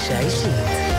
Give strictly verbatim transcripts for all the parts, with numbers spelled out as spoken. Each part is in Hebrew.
פגישה אישית.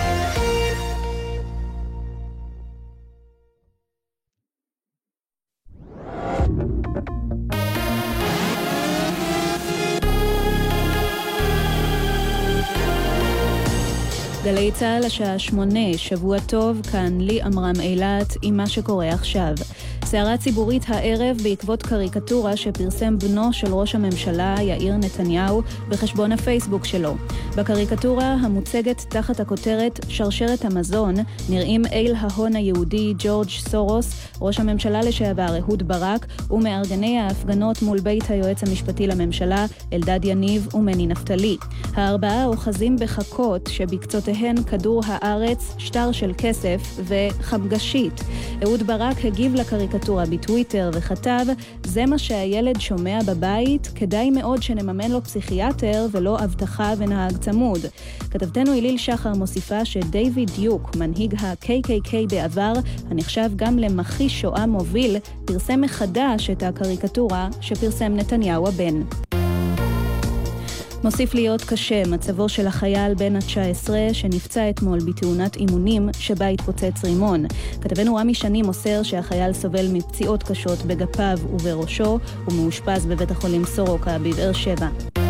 גלי צהל השעה שמונה, שבוע טוב, כאן לי אמרם אילת עם מה שקורה עכשיו. סערה ציבורית הערב בעקבות קריקטורה שפרסם בנו של ראש הממשלה יאיר נתניהו בחשבון הפייסבוק שלו. בקריקטורה המוצגת תחת הכותרת שרשרת המזון נראים אל ההון היהודי ג'ורג' סורוס, ראש הממשלה לשעבר אהוד ברק ומארגני ההפגנות מול בית היועץ המשפטי לממשלה אלדד יניב ומני נפתלי. הארבעה אוחזים בחכות שבקצותיהן כדור הארץ, שטר של כסף וחמגשית. אהוד ברק הגיב לקריקטורה בטוויטר וכתב, זה מה שהילד שומע בבית, כדאי מאוד שנממן לו פסיכיאטר ולא הבטחה ונהג צמוד. כתבתנו איליל שחר מוסיפה שדייוויד דיוק, מנהיג ה-קיי קיי קיי בעבר, הנחשב גם למחיש שואה מוביל, פרסם מחדש את הקריקטורה שפרסם נתניהו הבן. מוסיף להיות קשה מצבו של החייל בן ה-תשע עשרה שנפצע אתמול בתאונת אימונים שבה התפוצץ רימון. כתבנו רמי שני מוסר שהחייל סובל מפציעות קשות בגפיו ובראשו ומאושפז בבית החולים סורוקה בבאר שבע.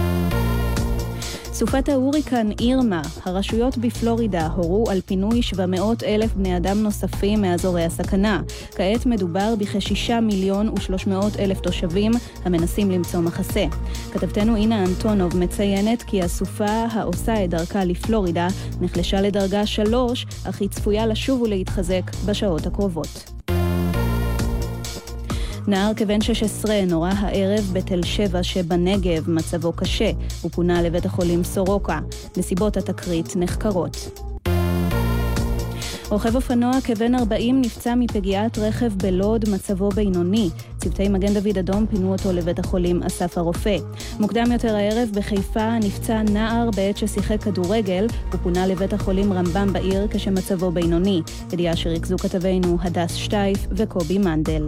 סופת ההוריקן אירמה, הרשויות בפלורידה הורו על פינוי שבע מאות אלף בני אדם נוספים מאזורי הסכנה. כעת מדובר בכ-שישה מיליון ושלוש מאות אלף תושבים המנסים למצוא מחסה. כתבתנו אינה אנטונוב מציינת כי הסופה העושה את דרכה לפלורידה נחלשה לדרגה שלוש, אך היא צפויה לשוב ולהתחזק בשעות הקרובות. נער כבן שש עשרה נורא הערב בתל שבע שבנגב, מצבו קשה, הוא פונה לבית החולים סורוקה. נסיבות התקרית נחקרות. רוכב אופנוע כבן ארבעים נפצע מפגיעת רכב בלוד, מצבו בינוני. צוותי מגן דוד אדום פינו אותו לבית החולים אסף הרופא. מוקדם יותר הערב בחיפה נפצע נער בעת ששיחק כדורגל, הוא פונה לבית החולים רמב"ם בעיר כשמצבו בינוני. ידיעה שריכזו כתבינו הדס שטייף וקובי מנדל.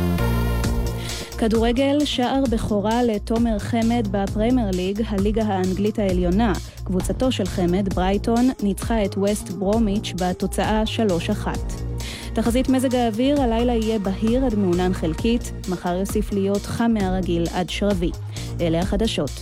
כדורגל, שער בכורה לתומר חמד בפרמייר ליג, הליגה האנגלית העליונה. קבוצתו של חמד, ברייטון, ניצחה את ווסט ברומיץ' בתוצאה שלוש אחת. תחזית מזג האוויר, הלילה יהיה בהיר עד מעונן חלקית, מחר יוסיף להיות חם מהרגיל עד שרבי. אלה החדשות.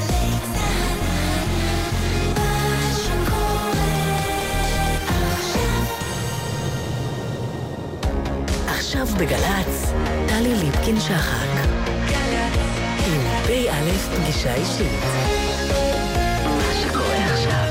עכשיו בגלץ, טלי ליפקין שחק. עם בי א' פגישה אישית. מה שקורה עכשיו.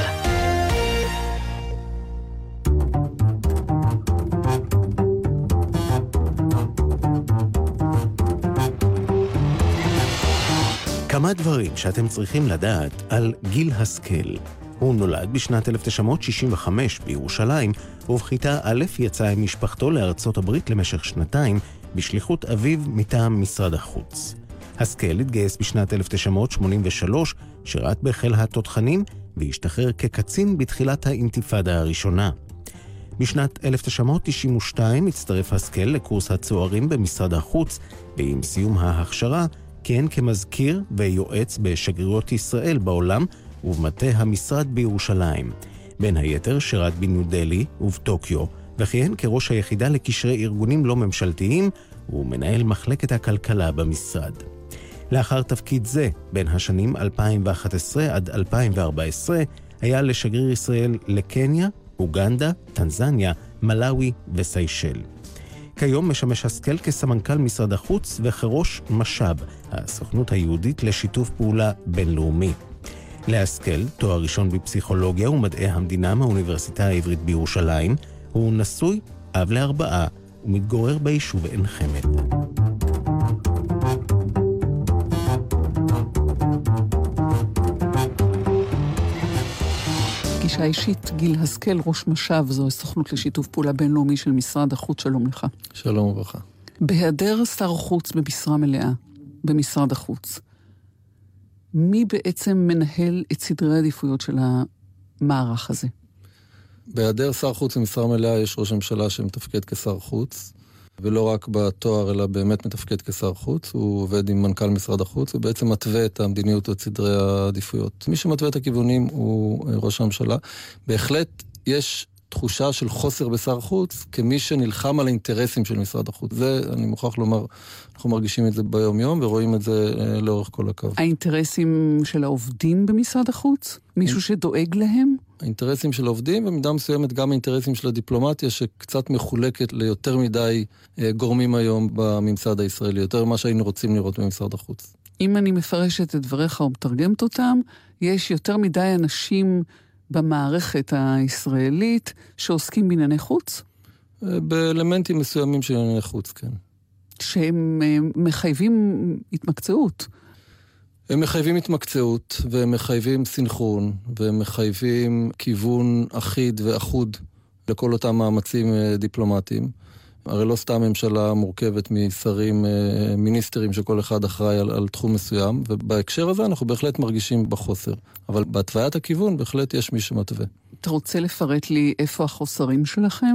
כמה דברים שאתם צריכים לדעת על גיל השכל. הוא נולד בשנת אלף תשע מאות שישים וחמש בירושלים, ובכיתה א' יצא עם משפחתו לארצות הברית למשך שנתיים, בשליחות אביו מטעם משרד החוץ. השכל התגייס בשנת אלף תשע מאות שמונים ושלוש, שירת בחיל התותחנים, והשתחרר כקצין בתחילת האינתיפאדה הראשונה. בשנת אלף תשע מאות תשעים ושתיים הצטרף השכל לקורס הצוערים במשרד החוץ, ועם סיום ההכשרה כיהן כמזכיר ויועץ בשגרירות ישראל בעולם, ובמטה המשרד בירושלים. בין היתר שירת בניו דלי ובטוקיו, וכיהן כראש היחידה לקשרי ארגונים לא ממשלתיים, ומנהל מחלקת הכלכלה במשרד. לאחר תפקיד זה, בין השנים אלפיים ואחת עשרה עד אלפיים וארבע עשרה, היה לשגריר ישראל לקניה, אוגנדה, טנזניה, מלאווי וסיישל. כיום משמש השכל כסמנכ"ל משרד החוץ וכראש משאב, הסוכנות היהודית לשיתוף פעולה בינלאומי. להשכל, תואר ראשון בפסיכולוגיה ומדעי המדינה מהאוניברסיטה העברית בירושלים, הוא נשוי, אב לארבעה, ומתגורר ביישוב עין חמד. פגישה אישית, גיל השכל, ראש משאב, זו סוכנות לשיתוף פעולה בינלאומי של משרד החוץ. שלום לך. שלום וברכה. בהיעדר שר חוץ במשרה מלאה במשרד החוץ, מי בעצם מנהל את סדרי העדיפויות של המערך הזה? בהיעדר שר חוץ במשרה מלאה יש ראש הממשלה שמתפקד כשר חוץ, ולא רק בתואר, אלא באמת מתפקד כשר חוץ. הוא עובד עם מנכ"ל משרד החוץ, ובעצם מתווה את המדיניות ואת סדרי העדיפויות. מי שמתווה את הכיוונים הוא ראש הממשלה. בהחלט יש תחושה של חוסר בשר חוץ, כמי שנלחם על האינטרסים של משרד החוץ. זה, אני מוכרח לומר, אנחנו מרגישים את זה ביום יום, ורואים את זה אה, לאורך כל הקו. האינטרסים של העובדים במשרד החוץ? מישהו שדואג להם? האינטרסים של העובדים, במידה מסוימת גם האינטרסים של הדיפלומטיה, שקצת מחולקת ליותר מדי אה, גורמים היום בממסד הישראלי, יותר ממה שהיינו רוצים לראות במשרד החוץ. אם אני מפרשת את דבריך ומתרגמת אותם, יש יותר מדי אנשים במערכת הישראלית שעוסקים בענייני חוץ? באלמנטים מסוימים של ענייני חוץ, כן. שהם מחייבים התמקצעות. הם מחייבים התמקצעות, והם מחייבים סינכרון, והם מחייבים כיוון אחיד ואחוד לכל אותם מאמצים דיפלומטיים. הרי לא סתם ממשלה מורכבת משרים, מיניסטרים שכל אחד אחראי על, על תחום מסוים, ובהקשר הזה אנחנו בהחלט מרגישים בחוסר. אבל בהתוויית הכיוון בהחלט יש מי שמתווה. אתה רוצה לפרט לי איפה החוסרים שלכם?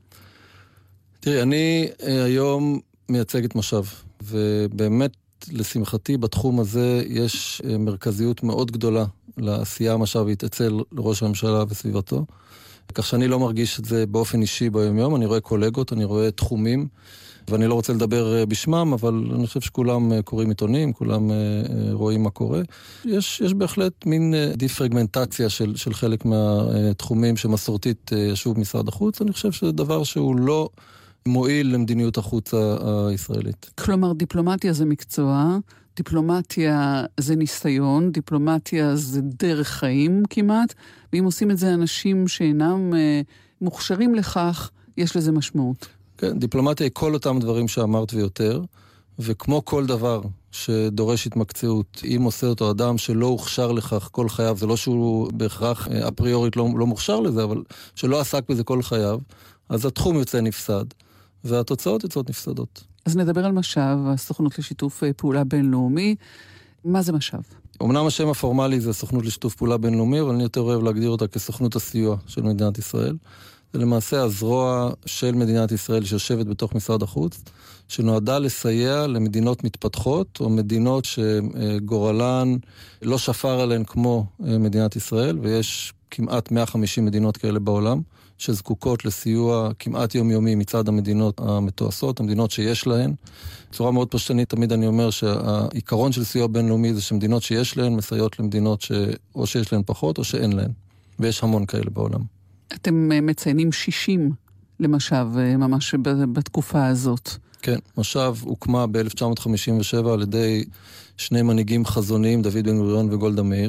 תראי, אני היום מייצג את משב, ובאמת לשמחתי בתחום הזה יש מרכזיות מאוד גדולה לעשייה המשאבית אצל ראש הממשלה וסביבתו. כך שאני לא מרגיש את זה באופן אישי ביום יום, אני רואה קולגות, אני רואה תחומים, ואני לא רוצה לדבר בשמם, אבל אני חושב שכולם קוראים עיתונים, כולם רואים מה קורה. יש, יש בהחלט מין דיפרגמנטציה של, של חלק מהתחומים שמסורתית ישוב משרד החוץ, אני חושב שזה דבר שהוא לא מועיל למדיניות החוץ הישראלית. כלומר, דיפלומטיה זה מקצוע, דיפלומטיה זה ניסיון, דיפלומטיה זה דרך חיים כמעט, ואם עושים את זה אנשים שאינם אה, מוכשרים לכך, יש לזה משמעות. כן, דיפלומטיה היא כל אותם דברים שאמרת ויותר, וכמו כל דבר שדורש התמקצעות, אם עושה אותו אדם שלא הוכשר לכך כל חייו, זה לא שהוא בהכרח אפריורית לא, לא מוכשר לזה, אבל שלא עסק בזה כל חייו, אז התחום יוצא נפסד, והתוצאות יוצאות נפסדות. אז נדבר על משב, הסוכנות לשיתוף פעולה בינלאומי. מה זה משב? אמנם השם הפורמלי זה סוכנות לשיתוף פעולה בינלאומי, אבל אני יותר אוהב להגדיר אותה כסוכנות הסיוע של מדינת ישראל. זה למעשה הזרוע של מדינת ישראל שיושבת בתוך משרד החוץ, שנועדה לסייע למדינות מתפתחות, או מדינות שגורלן לא שפר עליהן כמו מדינת ישראל, ויש כמעט מאה וחמישים מדינות כאלה בעולם, שזקוקות לסיוע כמעט יומיומי מצד המדינות המתועשות, המדינות שיש להן. בצורה מאוד פשטנית, תמיד אני אומר שהעיקרון של סיוע בינלאומי זה שמדינות שיש להן מסייעות למדינות שאו שיש להן פחות או שאין להן. ויש המון כאלה בעולם. אתם מציינים שישים למשב ממש בתקופה הזאת. כן, משב הוקמה ב-אלף תשע מאות חמישים ושבע על ידי שני מנהיגים חזוניים, דוד בן גוריון וגולדה מאיר.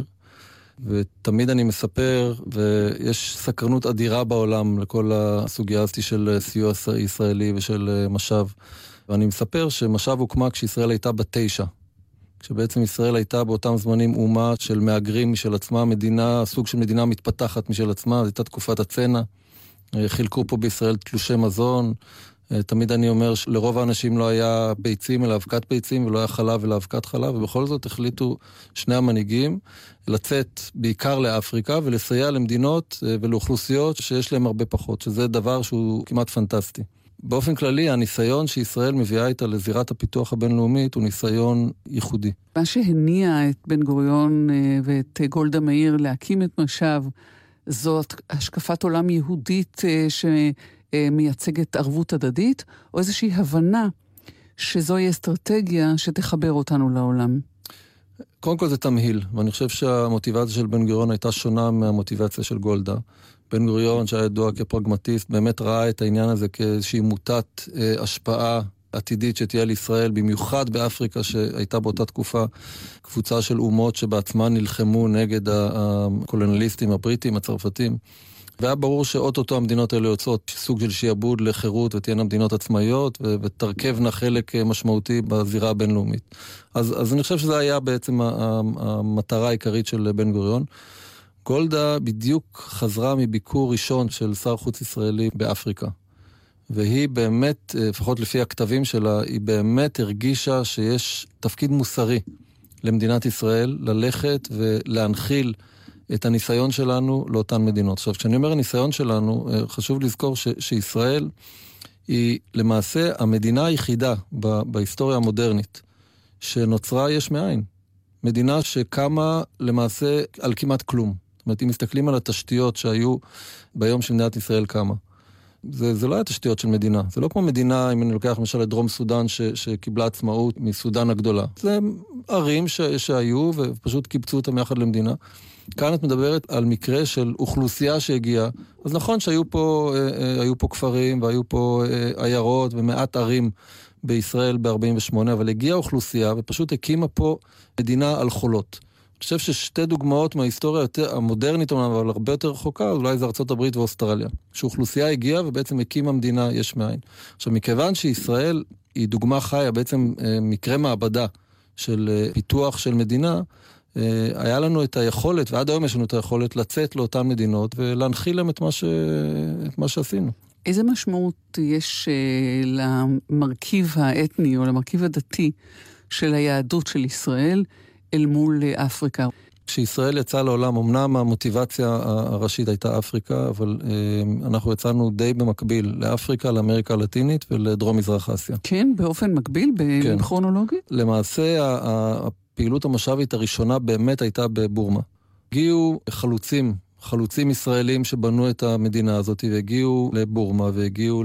ותמיד אני מספר, ויש סקרנות אדירה בעולם לכל הסוגיה הזאת של סיוע ישראלי ושל משב. ואני מספר שמשב הוקמה כשישראל הייתה בתשע. כשבעצם ישראל הייתה באותם זמנים אומה של מאגרים משל עצמה, מדינה, סוג של מדינה מתפתחת משל עצמה, זו הייתה תקופת הצנע. חילקו פה בישראל תלושי מזון. תמיד אני אומר שלרוב האנשים לא היה ביצים אלא אבקת ביצים, ולא היה חלב אלא אבקת חלב, ובכל זאת החליטו שני המנהיגים לצאת בעיקר לאפריקה ולסייע למדינות ולאוכלוסיות שיש להם הרבה פחות, שזה דבר שהוא כמעט פנטסטי. באופן כללי, הניסיון שישראל מביאה איתה לזירת הפיתוח הבינלאומית הוא ניסיון ייחודי. מה שהניע את בן גוריון ואת גולדה מאיר להקים את משב, זאת השקפת עולם יהודית שמייצגת ערבות הדדית, או איזושהי הבנה שזוהי אסטרטגיה שתחבר אותנו לעולם? קודם כל זה תמהיל, ואני חושב שהמוטיבציה של בן גוריון הייתה שונה מהמוטיבציה של גולדה. בן גוריון, שהיה ידוע כפרגמטיסט, באמת ראה את העניין הזה כאיזושהי מוטת אה, השפעה עתידית שתהיה לישראל, במיוחד באפריקה שהייתה באותה תקופה קבוצה של אומות שבעצמן נלחמו נגד הקולוניאליסטים הבריטים, הצרפתים. והיה ברור שאוטוטו המדינות האלה יוצאות סוג של שיעבוד לחירות ותהיינה מדינות עצמאיות ותרכבנה חלק משמעותי בזירה הבינלאומית. אז, אז אני חושב שזה היה בעצם המטרה העיקרית של בן גוריון. גולדה בדיוק חזרה מביקור ראשון של שר חוץ ישראלי באפריקה. והיא באמת, לפחות לפי הכתבים שלה, היא באמת הרגישה שיש תפקיד מוסרי למדינת ישראל ללכת ולהנחיל את הניסיון שלנו לאותן מדינות. עכשיו, כשאני אומר הניסיון שלנו, חשוב לזכור ש- שישראל היא למעשה המדינה היחידה בהיסטוריה המודרנית שנוצרה יש מאין. מדינה שקמה למעשה על כמעט כלום. זאת אומרת, אם מסתכלים על התשתיות שהיו ביום שמדינת ישראל קמה, זה, זה לא היה תשתיות של מדינה. זה לא כמו מדינה, אם אני לוקח למשל את דרום סודן ש, שקיבלה עצמאות מסודן הגדולה. זה ערים ש, שהיו ופשוט קיבצו אותם יחד למדינה. כאן את מדברת על מקרה של אוכלוסייה שהגיעה. אז נכון שהיו פה, היו פה כפרים והיו פה עיירות ומעט ערים בישראל ב-ארבעים ושמונה, אבל הגיעה אוכלוסייה ופשוט הקימה פה מדינה על חולות. אני חושב ששתי דוגמאות מההיסטוריה יותר, המודרנית, אבל הרבה יותר רחוקה, אולי זה ארצות הברית ואוסטרליה. שאוכלוסייה הגיעה ובעצם הקימה מדינה יש מאין. עכשיו, מכיוון שישראל היא דוגמה חיה, בעצם מקרה מעבדה של פיתוח של מדינה, היה לנו את היכולת, ועד היום יש לנו את היכולת לצאת לאותן מדינות ולהנחיל להם את מה, ש... את מה שעשינו. איזה משמעות יש למרכיב האתני או למרכיב הדתי של היהדות של ישראל אל מול אפריקה? כשישראל יצאה לעולם, אמנם המוטיבציה הראשית הייתה אפריקה, אבל אנחנו יצאנו די במקביל לאפריקה, לאמריקה הלטינית ולדרום מזרח אסיה. כן, באופן מקביל, בכרונולוגי? למעשה, הפעילות המשאבית הראשונה באמת הייתה בבורמה. הגיעו חלוצים, חלוצים ישראלים שבנו את המדינה הזאת, והגיעו לבורמה, והגיעו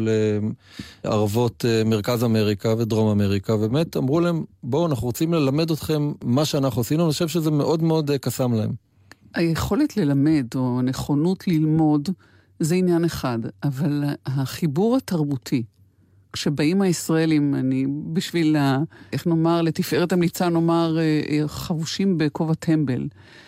לערבות מרכז אמריקה ודרום אמריקה, ובאמת אמרו להם, בואו, אנחנו רוצים ללמד אתכם מה שאנחנו עשינו, אני חושב שזה מאוד מאוד קסם להם. היכולת ללמד, או הנכונות ללמוד, זה עניין אחד, אבל החיבור התרבותי, כשבאים הישראלים, אני בשביל, איך נאמר, לתפארת המליצה, נאמר, חבושים בכובע טמבל,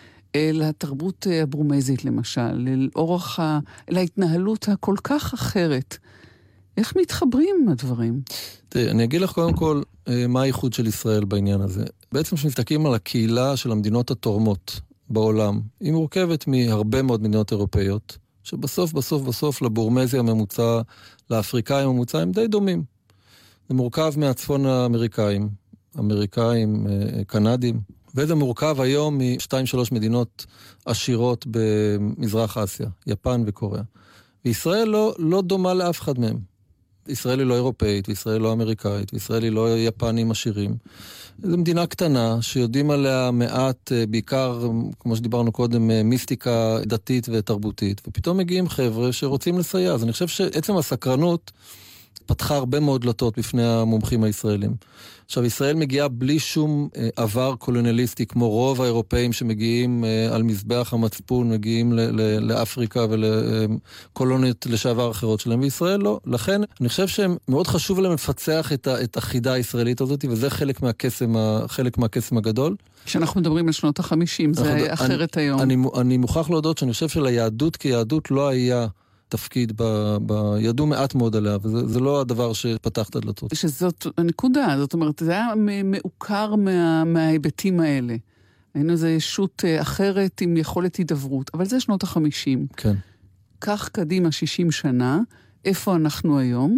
לתרבות הברומזית למשל, לאורח, להתנהלות הכל כך אחרת. איך מתחברים הדברים? תראי, אני אגיד לך קודם כל מה הייחוד של ישראל בעניין הזה. בעצם כשמסתכלים על הקהילה של המדינות התורמות בעולם, היא מורכבת מהרבה מאוד מדינות אירופאיות, שבסוף, בסוף, בסוף לבורמזי הממוצע, לאפריקאים הממוצע, הם די דומים. זה מורכב מהצפון האמריקאים, אמריקאים, קנדים, וזה מורכב היום משתיים שלוש מדינות עשירות במזרח אסיה, יפן וקוריאה. וישראל לא, לא דומה לאף אחד מהם. ישראל היא לא אירופאית, וישראל לא אמריקאית, וישראל היא לא יפנים עשירים. זו מדינה קטנה שיודעים עליה מעט, בעיקר, כמו שדיברנו קודם, מיסטיקה דתית ותרבותית, ופתאום מגיעים חבר'ה שרוצים לסייע. אז אני חושב שעצם הסקרנות פתחה הרבה מאוד דלתות בפני המומחים הישראלים. עכשיו, ישראל מגיעה בלי שום אה, עבר קולוניאליסטי, כמו רוב האירופאים שמגיעים אה, על מזבח המצפון, מגיעים ל- ל- לאפריקה ולקולוניות לשעבר אחרות שלהם, וישראל לא. לכן, אני חושב שהם מאוד חשוב להם לפצח את, ה- את החידה הישראלית הזאת, וזה חלק מהקסם, ה- חלק מהקסם הגדול. כשאנחנו מדברים על שנות החמישים, זה אני, אחרת אני, היום. אני, אני מוכרח להודות שאני חושב שליהדות כיהדות לא היה תפקיד, ב, ב, ידעו מעט מאוד עליה, וזה זה לא הדבר שפתח את הדלתות. שזאת הנקודה, זאת אומרת, זה היה מעוקר מה, מההיבטים האלה. היינו זה ישות אחרת עם יכולת הידברות, אבל זה שנות החמישים. כן. כך קדימה שישים שנה, איפה אנחנו היום?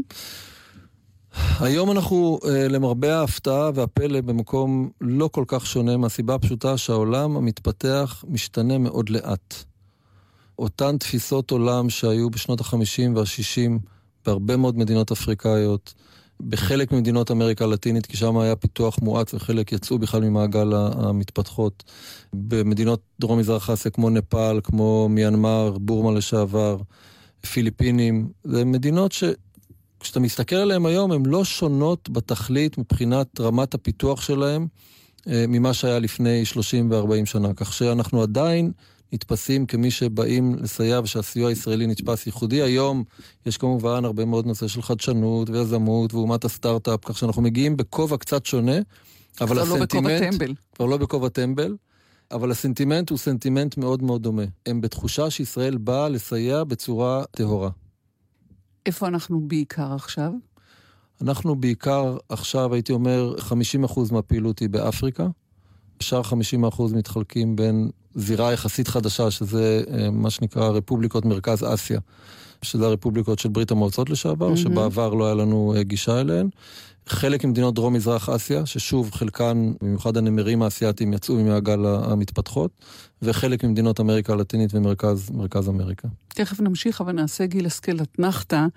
היום אנחנו, למרבה ההפתעה והפלא, במקום לא כל כך שונה, מהסיבה הפשוטה שהעולם המתפתח משתנה מאוד לאט. אותן תפיסות עולם שהיו בשנות החמישים והשישים בהרבה מאוד מדינות אפריקאיות, בחלק ממדינות אמריקה הלטינית, כי שם היה פיתוח מואץ וחלק יצאו בכלל ממעגל המתפתחות. במדינות דרום מזרח אסיה כמו נפאל, כמו מיינמר, בורמה לשעבר, פיליפינים, זה מדינות שכשאתה מסתכל עליהן היום, הן לא שונות בתכלית מבחינת רמת הפיתוח שלהן ממה שהיה לפני שלושים וארבעים שנה, כך שאנחנו עדיין נתפסים כמי שבאים לסייע ושהסיוע הישראלי נתפס ייחודי. היום יש כמובן הרבה מאוד נושא של חדשנות ויזמות ואומת הסטארט-אפ, כך שאנחנו מגיעים בכובע קצת שונה, אבל הסנטימנט... כבר לא בכובע טמבל, אבל הסנטימנט הוא סנטימנט מאוד מאוד דומה. הם בתחושה שישראל באה לסייע בצורה טהורה. איפה אנחנו בעיקר עכשיו? אנחנו בעיקר עכשיו, הייתי אומר, חמישים אחוז מהפעילות היא באפריקה, שאר חמישים אחוז מתחלקים בין זירה יחסית חדשה, שזה מה שנקרא רפובליקות מרכז אסיה, שזה הרפובליקות של ברית המועצות לשעבר, mm-hmm. שבעבר לא היה לנו גישה אליהן. חלק ממדינות דרום מזרח אסיה, ששוב חלקן, במיוחד הנמרים האסייתיים, יצאו ממעגל המתפתחות, וחלק ממדינות אמריקה הלטינית ומרכז מרכז אמריקה. תכף נמשיך, אבל נעשה גיל השכל אתנחתא,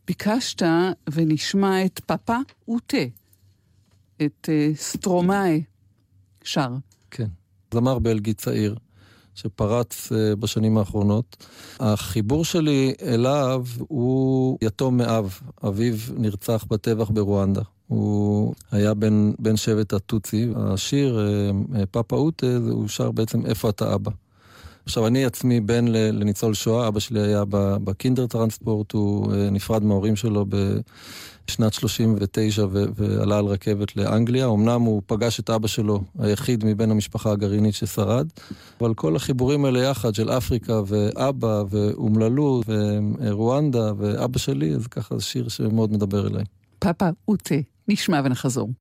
ביקשת ונשמע את פאפה אוטה, את uh, סטרומאי שר. כן, זמר בלגי צעיר, שפרץ uh, בשנים האחרונות. החיבור שלי אליו הוא יתום מאב. אביו נרצח בטבח ברואנדה. הוא היה בן, בן שבט הטוצי. השיר, uh, פאפה אוטה, הוא שר בעצם איפה אתה אבא. עכשיו, אני עצמי בן לניצול שואה, אבא שלי היה בקינדר טרנספורט, הוא נפרד מההורים שלו בשנת שלושים ותשע ועלה על רכבת לאנגליה. אמנם הוא פגש את אבא שלו, היחיד מבין המשפחה הגרעינית ששרד, אבל כל החיבורים האלה יחד של אפריקה ואבא ואומללות ורואנדה ואבא שלי, אז ככה זה שיר שמאוד מדבר אליי. פאפה אוטה, נשמע ונחזור.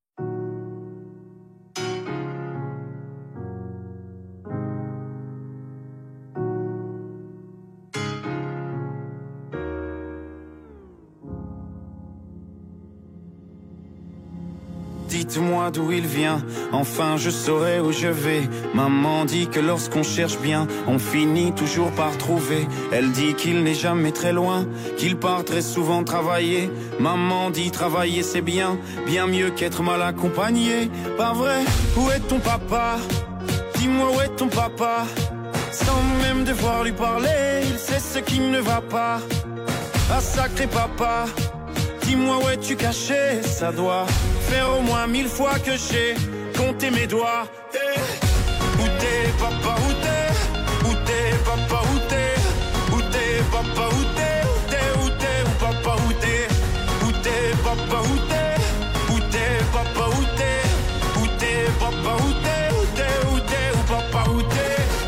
Dites-moi d'où il vient, enfin je saurai où je vais. Maman dit que lorsqu'on cherche bien, on finit toujours par trouver. Elle dit qu'il n'est jamais très loin, qu'il part très souvent travailler. Maman dit travailler c'est bien, bien mieux qu'être mal accompagné. Pas vrai, où est ton papa? Dis-moi où est ton papa? Sans même devoir lui parler, il sait ce qui ne va pas. Ah sacré papa, dis-moi où es-tu caché? Ça doit faire au moins mille fois que j'ai compté mes doigts. Hey. Où t'es papa, où t'es? Où t'es papa, où t'es? Où t'es papa, où t'es? Où t'es, où t'es, où papa, où t'es? Où t'es papa, où t'es? Où t'es papa, où t'es? Où t'es papa, où t'es? Où t'es, où t'es, où papa, où t'es?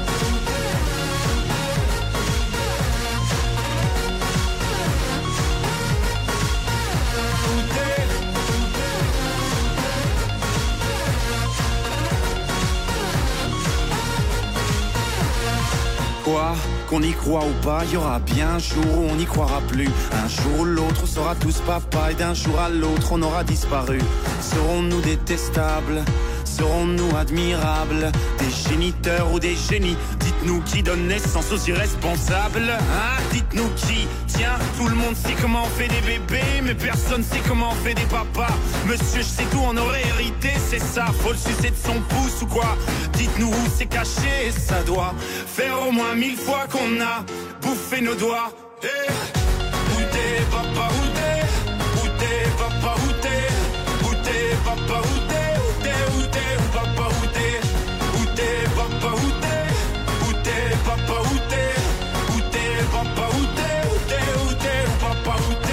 Quoi, qu'on y croit ou pas, il y aura bien un jour où on n'y croira plus. Un jour ou l'autre, on sera tous papa, et d'un jour à l'autre, on aura disparu. Serons-nous détestables? Serons-nous admirables? Des géniteurs ou des génies? Dites-nous qui donne naissance aux irresponsables, hein? Dites-nous qui? Tiens, tout le monde sait comment on fait des bébés, mais personne sait comment on fait des papas. Monsieur, je sais tout, on aurait hérité, c'est ça. Faut le sucer de son pouce ou quoi? Dites-nous où c'est caché, ça doit faire au moins mille fois qu'on a bouffé nos doigts. Hey. Où t'es papa, où t'es? Où t'es papa, où t'es? Où t'es papa, où t'es? Où t'es, où t'es, où papa, où t'es? Où t'es papa, où t'es? Où t'es papa, où t'es? Où t'es papa, où t'es? Où t'es, où t'es, où papa, où t'es?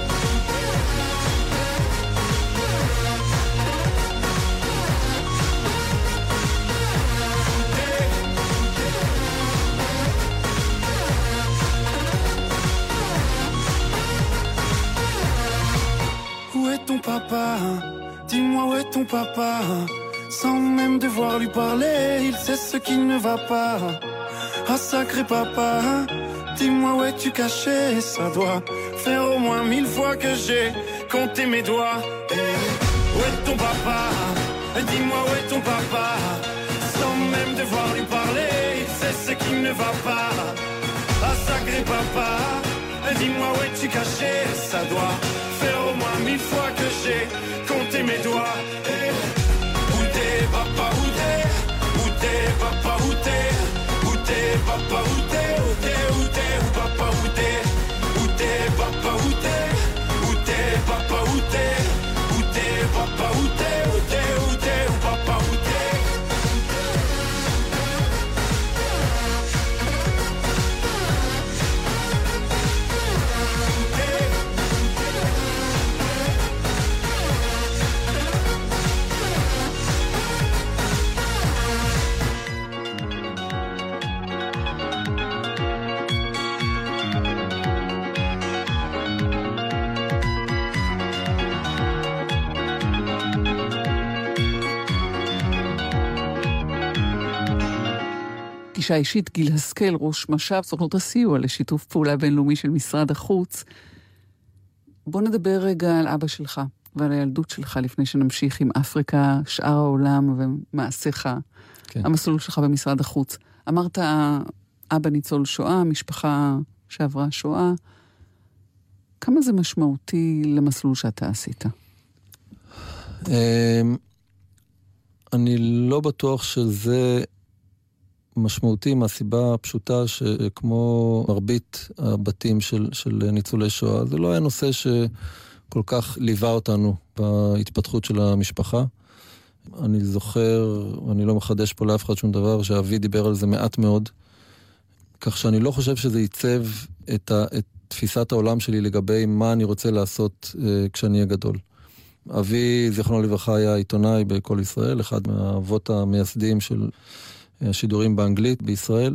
Où est ton papa? Dis-moi où est ton papa? Sans même devoir lui parler, il sait ce qui ne va pas. Ah sacré papa, dis-moi où es-tu caché? Ça doit faire au moins mille fois que j'ai compté mes doigts. Hey. Où est ton papa? Dis-moi où est ton papa? Sans même devoir lui parler, il sait ce qui ne va pas. Ah sacré papa, dis-moi où es-tu caché? Ça doit faire au moins mille fois que j'ai compté mes doigts. Hey. Où t'es papa, où t'es? Où t'es papa, où t'es? Où t'es papa, où t'es? Où t'es, où t'es, où papa, où t'es? Où t'es papa, où t'es? Où t'es papa, où t'es? Où t'es papa, où t'es? Où t'es, où t'es, où papa, où t'es? פגישה אישית, גיל השכל, ראש מש"ב, סוכנות הסיוע לשיתוף פעולה בינלאומי של משרד החוץ. בוא נדבר רגע על אבא שלך ועל הילדות שלך לפני שנמשיך עם אפריקה, שאר העולם ומעשיך, כן. המסלול שלך במשרד החוץ. אמרת, אבא ניצול שואה, משפחה שעברה שואה. כמה זה משמעותי למסלול שאתה עשית? אני לא בטוח שזה משמעותי מהסיבה הפשוטה שכמו מרבית הבתים של, של ניצולי שואה, זה לא היה נושא שכל כך ליווה אותנו בהתפתחות של המשפחה. אני זוכר, אני לא מחדש פה לאף אחד שום דבר, שאבי דיבר על זה מעט מאוד, כך שאני לא חושב שזה ייצב את, ה, את תפיסת העולם שלי לגבי מה אני רוצה לעשות אה, כשאני אהיה גדול. אבי, זיכרונו לברכה, היה עיתונאי בכל ישראל, אחד מהאבות המייסדים של השידורים באנגלית בישראל,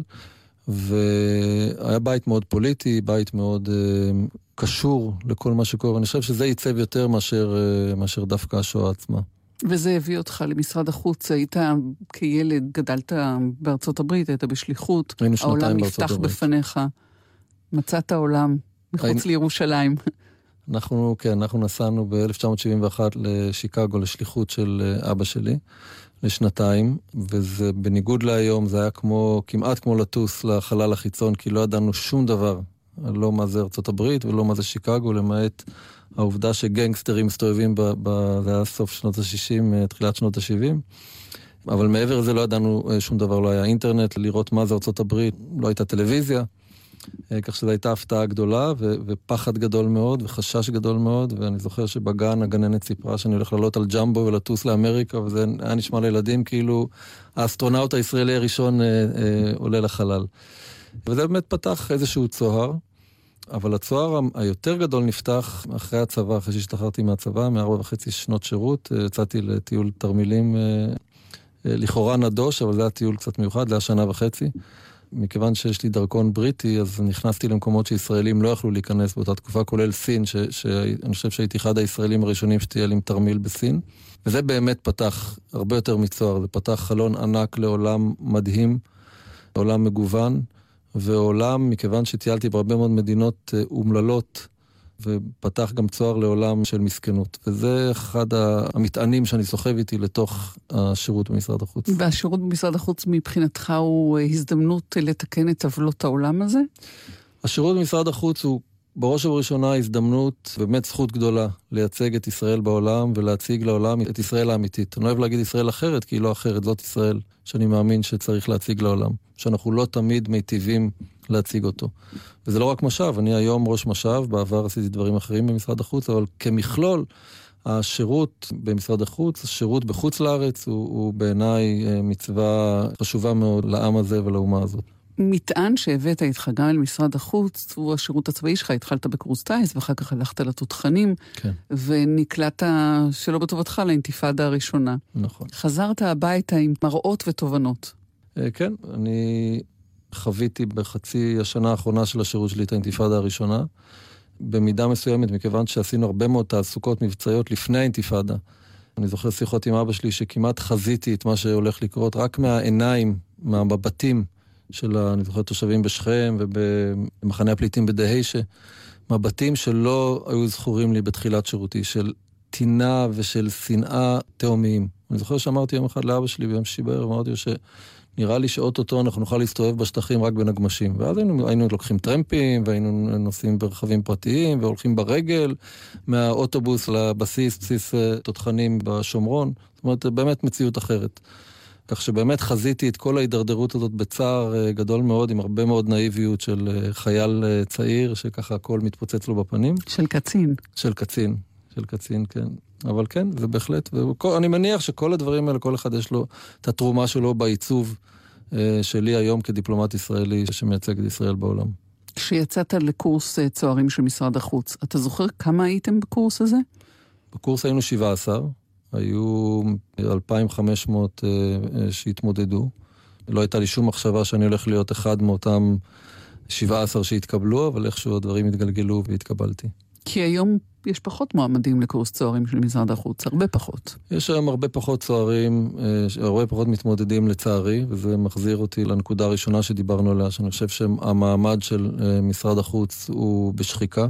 והיה בית מאוד פוליטי, בית מאוד אה, קשור לכל מה שקורה, ואני חושב שזה ייצב יותר מאשר, אה, מאשר דווקא השואה עצמה. וזה הביא אותך למשרד החוץ, היית כילד, גדלת בארצות הברית, היית בשליחות, העולם נפתח בפניך, מצאת העולם מחוץ היינו... לירושלים. אנחנו, כן, אנחנו נסענו ב-אלף תשע מאות שבעים ואחת לשיקגו, לשליחות של אבא שלי, לשנתיים, וזה בניגוד להיום, זה היה כמו, כמעט כמו לטוס לחלל החיצון, כי לא ידענו שום דבר, לא מה זה ארצות הברית ולא מה זה שיקגו, למעט העובדה שגנגסטרים מסתובבים, ב, ב, זה היה סוף שנות ה-שישים, תחילת שנות ה-שבעים, אבל מעבר לזה לא ידענו שום דבר, לא היה אינטרנט, לראות מה זה ארצות הברית, לא הייתה טלוויזיה, כך שזו הייתה הפתעה גדולה, ו- ופחד גדול מאוד, וחשש גדול מאוד, ואני זוכר שבגן הגננת סיפרה שאני הולך לעלות על ג'מבו ולטוס לאמריקה, וזה היה נשמע לילדים כאילו האסטרונאוט הישראלי הראשון אה, אה, עולה לחלל. וזה באמת פתח איזשהו צוהר, אבל הצוהר היותר גדול נפתח אחרי הצבא, אחרי שהשתחררתי מהצבא, מארבע וחצי שנות שירות, יצאתי לטיול תרמילים, אה, אה, לכאורה נדוש, אבל זה היה טיול קצת מיוחד, זה היה שנה וחצי. מכיוון שיש לי דרכון בריטי, אז נכנסתי למקומות שישראלים לא יכלו להיכנס באותה תקופה, כולל סין, ש- שאני חושב שהייתי אחד הישראלים הראשונים שתהיה לי תרמיל בסין. וזה באמת פתח הרבה יותר מצוהר, זה פתח חלון ענק לעולם מדהים, עולם מגוון, ועולם, מכיוון שטיילתי בהרבה מאוד מדינות אומללות, ופתח גם צוהר לעולם של מסכנות. וזה אחד המטענים שאני סוחב איתי לתוך השירות במשרד החוץ. והשירות במשרד החוץ מבחינתך הוא הזדמנות לתקן את עוולות העולם הזה? השירות במשרד החוץ הוא בראש ובראשונה הזדמנות, באמת זכות גדולה, לייצג את ישראל בעולם ולהציג לעולם את ישראל האמיתית. אני לא אוהב להגיד ישראל אחרת, כי היא לא אחרת, זאת ישראל שאני מאמין שצריך להציג לעולם. שאנחנו לא תמיד מיטיבים להציג אותו. וזה לא רק משב, אני היום ראש משב, בעבר עשיתי דברים אחרים במשרד החוץ, אבל כמכלול, השירות במשרד החוץ, השירות בחוץ לארץ, הוא, הוא בעיניי מצווה חשובה מאוד לעם הזה ולאומה הזאת. מטען שהבאת איתך גם אל משרד החוץ, הוא השירות הצבאי שלך, התחלת בקורס טייס, ואחר כך הלכת לתותחנים, כן. ונקלעת שלא בטובתך לאינתיפאדה הראשונה. נכון. חזרת הביתה עם מראות ותובנות. כן, אני חוויתי בחצי השנה האחרונה של השירות שלי את האינתיפאדה הראשונה, במידה מסוימת, מכיוון שעשינו הרבה מאוד תעסוקות מבצעיות לפני האינתיפאדה. אני זוכר שיחות עם אבא שלי שכמעט חזיתי את מה שהולך לקרות, רק מהעיניים, מהמבטים של, אני זוכר, תושבים בשכם ובמחנה הפליטים בדהיישה, מבטים שלא היו זכורים לי בתחילת שירותי, של טינה ושל שנאה תאומיים. אני זוכר שאמרתי יום אחד לאבא שלי ביום שישי בערב, אמרתי לו שנראה לי שאוטוטו אנחנו נוכל להסתובב בשטחים רק בנגמשים. ואז היינו, היינו לוקחים טרמפים, והיינו נוסעים ברכבים פרטיים, והולכים ברגל מהאוטובוס לבסיס, בסיס תותחנים בשומרון. זאת אומרת, באמת מציאות אחרת. כך שבאמת חזיתי את כל ההידרדרות הזאת בצער גדול מאוד, עם הרבה מאוד נאיביות של חייל צעיר, שככה הכל מתפוצץ לו בפנים. של קצין. של קצין, של קצין, כן. אבל כן, זה בהחלט, ואני מניח שכל הדברים האלה, כל אחד יש לו את התרומה שלו בעיצוב שלי היום כדיפלומט ישראלי שמייצג את ישראל בעולם. כשיצאת לקורס צוערים של משרד החוץ, אתה זוכר כמה הייתם בקורס הזה? בקורס היינו שבעה עשר. היו אלפיים וחמש מאות שהתמודדו. לא הייתה לי שום מחשבה שאני הולך להיות אחד מאותם שבעה עשר שהתקבלו, אבל איכשהו הדברים התגלגלו והתקבלתי. כי היום יש פחות מועמדים לקורס צוערים של משרד החוץ, הרבה פחות. יש היום הרבה פחות צוערים, הרבה פחות מתמודדים לצערי, וזה מחזיר אותי לנקודה הראשונה שדיברנו עליה, שאני חושב שהמעמד של משרד החוץ הוא בשחיקה,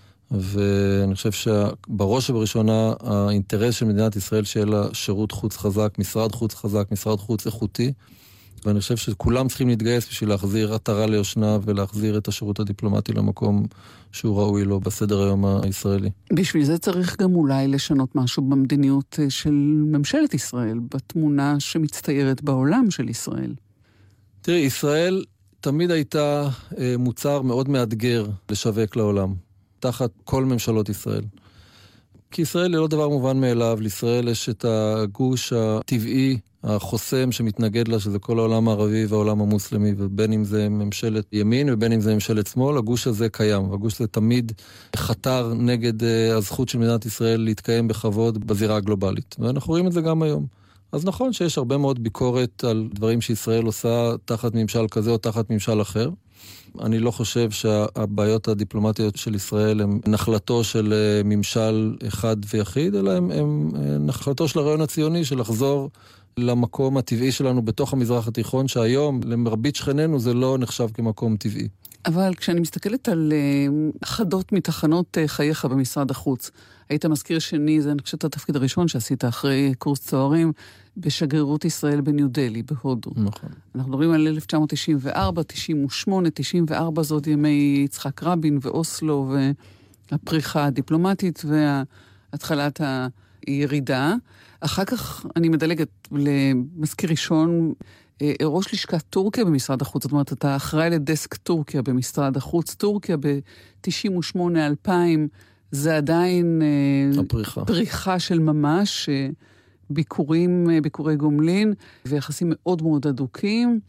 ואני חושב שבראש ובראשונה האינטרס של מדינת ישראל שיהיה לה שירות חוץ חזק, משרד חוץ חזק, משרד חוץ איכותי, ואני חושב שכולם צריכים להתגייס בשביל להחזיר עטרה ליושנה ולהחזיר את השירות הדיפלומטי למקום שהוא ראוי לו בסדר היום הישראלי. בשביל זה צריך גם אולי לשנות משהו במדיניות של ממשלת ישראל, בתמונה שמצטיירת בעולם של ישראל. תראי, ישראל תמיד הייתה מוצר מאוד מאתגר לשווק לעולם, תחת כל ממשלות ישראל. כי ישראל היא לא דבר מובן מאליו, לישראל יש את הגוש הטבעי, החוסם שמתנגד לה, שזה כל העולם הערבי והעולם המוסלמי, ובין אם זה ממשלת ימין ובין אם זה ממשלת שמאל, הגוש הזה קיים, והגוש הזה תמיד חתר נגד הזכות של מדינת ישראל להתקיים בכבוד בזירה הגלובלית, ואנחנו רואים את זה גם היום. אז נכון שיש הרבה מאוד ביקורת על דברים שישראל עושה תחת ממשל כזה או תחת ממשל אחר. אני לא חושב שהבעיות הדיפלומטיות של ישראל הן נחלתו של ממשל אחד ויחיד, אלא הן, הן נחלתו של הרעיון הציוני של לחזור למקום הטבעי שלנו בתוך המזרח התיכון, שהיום למרבית שכנינו זה לא נחשב כמקום טבעי. אבל כשאני מסתכלת על אחדות מתחנות חייך במשרד החוץ, היית מזכיר שני, זה אני חושבת התפקיד הראשון שעשית אחרי קורס צוערים, בשגרירות ישראל בניו דלי, בהודו. נכון. אנחנו מדברים על אלף תשע מאות תשעים וארבע, תשעים ושמונה, תשעים וארבע זאת ימי יצחק רבין ואוסלו, והפריחה הדיפלומטית והתחלת הירידה. אחר כך אני מדלגת למזכיר ראשון, ראש לשכת טורקיה במשרד החוץ, זאת אומרת, אתה אחראי לדסק טורקיה במשרד החוץ. טורקיה ב-תשעים ושמונה אלפיים, זה עדיין הפריחה. פריחה של ממש, ביקורים, ביקורי גומלין, ויחסים מאוד מאוד אדוקים.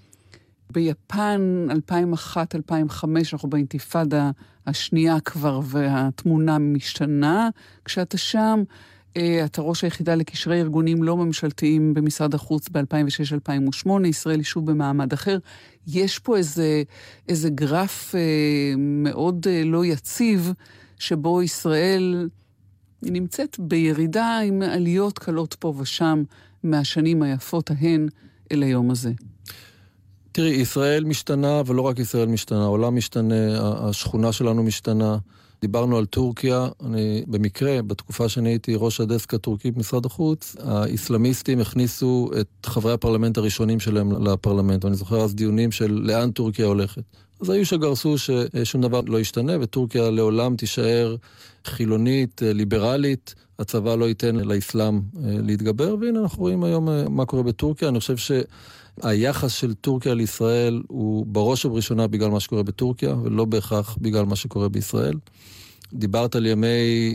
ביפן, אלפיים ואחת אלפיים וחמש, אנחנו באינתיפאדה השנייה כבר, והתמונה משתנה. כשאתה שם, אתה ראש היחידה לקשרי ארגונים לא ממשלתיים במשרד החוץ ב-אלפיים ושש אלפיים ושמונה, ישראל יישוב במעמד אחר. יש פה איזה, איזה גרף מאוד לא יציב, שבו ישראל נמצאת בירידה עם עליות קלות פה ושם מהשנים היפות ההן אל היום הזה. תראי, ישראל משתנה, ולא רק ישראל משתנה, העולם משתנה, השכונה שלנו משתנה. דיברנו על טורקיה, אני במקרה, בתקופה שאני הייתי ראש הדסק הטורקי במשרד החוץ, האסלאמיסטים הכניסו את חברי הפרלמנט הראשונים שלהם לפרלמנט, ואני זוכר אז דיונים של לאן טורקיה הולכת. אז היו שגרסו ששום דבר לא ישתנה, וטורקיה לעולם תישאר חילונית, ליברלית, הצבא לא ייתן לאסלאם להתגבר, והנה אנחנו רואים היום מה קורה בטורקיה. אני חושב שהיחס של טורקיה לישראל הוא בראש ובראשונה בגלל מה שקורה בטורקיה, ולא בהכרח בגלל מה שקורה בישראל. דיברת על ימי,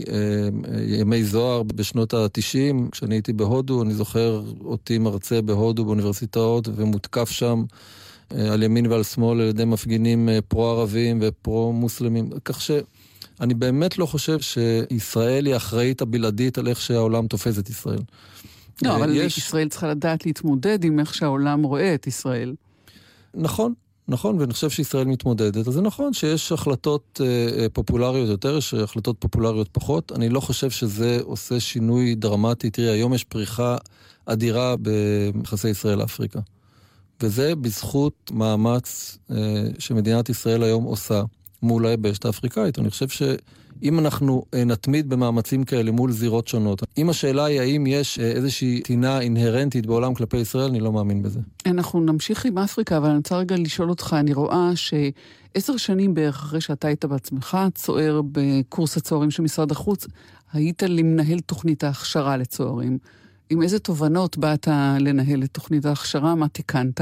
ימי זוהר בשנות ה-תשעים, כשאני הייתי בהודו, אני זוכר אותי מרצה בהודו באוניברסיטאות, ומותקף שם על ימין ועל שמאל על ידי מפגינים פרו-ערבים ופרו-מוסלמים, כך שאני באמת לא חושב שישראל היא אחראית הבלעדית על איך שהעולם תופס את ישראל. לא, אבל יש... ישראל צריכה לדעת להתמודד עם איך שהעולם רואה את ישראל. נכון, נכון, ואני חושב שישראל מתמודדת, אז זה נכון שיש החלטות אה, פופולריות יותר, יש החלטות פופולריות פחות, אני לא חושב שזה עושה שינוי דרמטי. תראי, היום יש פריחה אדירה ביחסי ישראל לאפריקה. וזה בזכות מאמץ אה, שמדינת ישראל היום עושה מול היבשת האפריקאית. אני חושב שאם אנחנו אה, נתמיד במאמצים כאלה מול זירות שונות, אם השאלה היא האם יש אה, איזושהי טינה אינהרנטית בעולם כלפי ישראל, אני לא מאמין בזה. אנחנו נמשיך עם אפריקה, אבל אני רוצה רגע לשאול אותך, אני רואה שעשר שנים בערך אחרי שאתה היית בעצמך, צוער בקורס הצוערים של משרד החוץ, היית למנהל תוכנית ההכשרה לצוערים. עם איזה תובנות באת לנהל את תוכנית ההכשרה? מה תיקנת?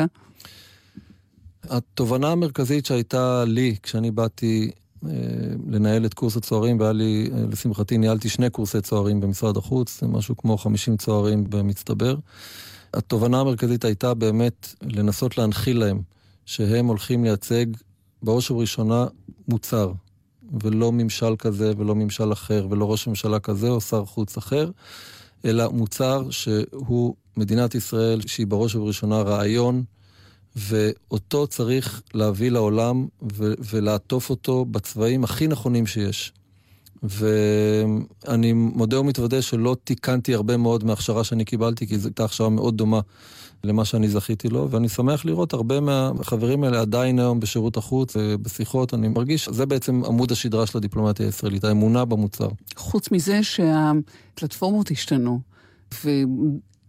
התובנה המרכזית שהייתה לי כשאני באתי אה, לנהל את קורס הצוערים, והיה לי, אה, לשמחתי, ניהלתי שני קורסי צוערים במשרד החוץ, זה משהו כמו חמישים צוערים במצטבר. התובנה המרכזית הייתה באמת לנסות להנחיל להם שהם הולכים לייצג בראש ובראשונה מוצר, ולא ממשל כזה ולא ממשל אחר, ולא ראש ממשלה כזה או שר חוץ אחר, אלא מוצר שהוא מדינת ישראל, שהיא בראש ובראשונה רעיון, ואותו צריך להביא לעולם ו- ולעטוף אותו בצבעים הכי נכונים שיש. ואני מודה ומתוודה שלא תיקנתי הרבה מאוד מההכשרה שאני קיבלתי, כי זו הייתה הכשרה מאוד דומה למה שאני זכיתי לו, ואני שמח לראות הרבה מהחברים האלה עדיין היום בשירות החוץ, בשיחות, אני מרגיש, זה בעצם עמוד השדרה של הדיפלומטיה הישראלית, האמונה במוצר. חוץ מזה שהפלטפורמות השתנו,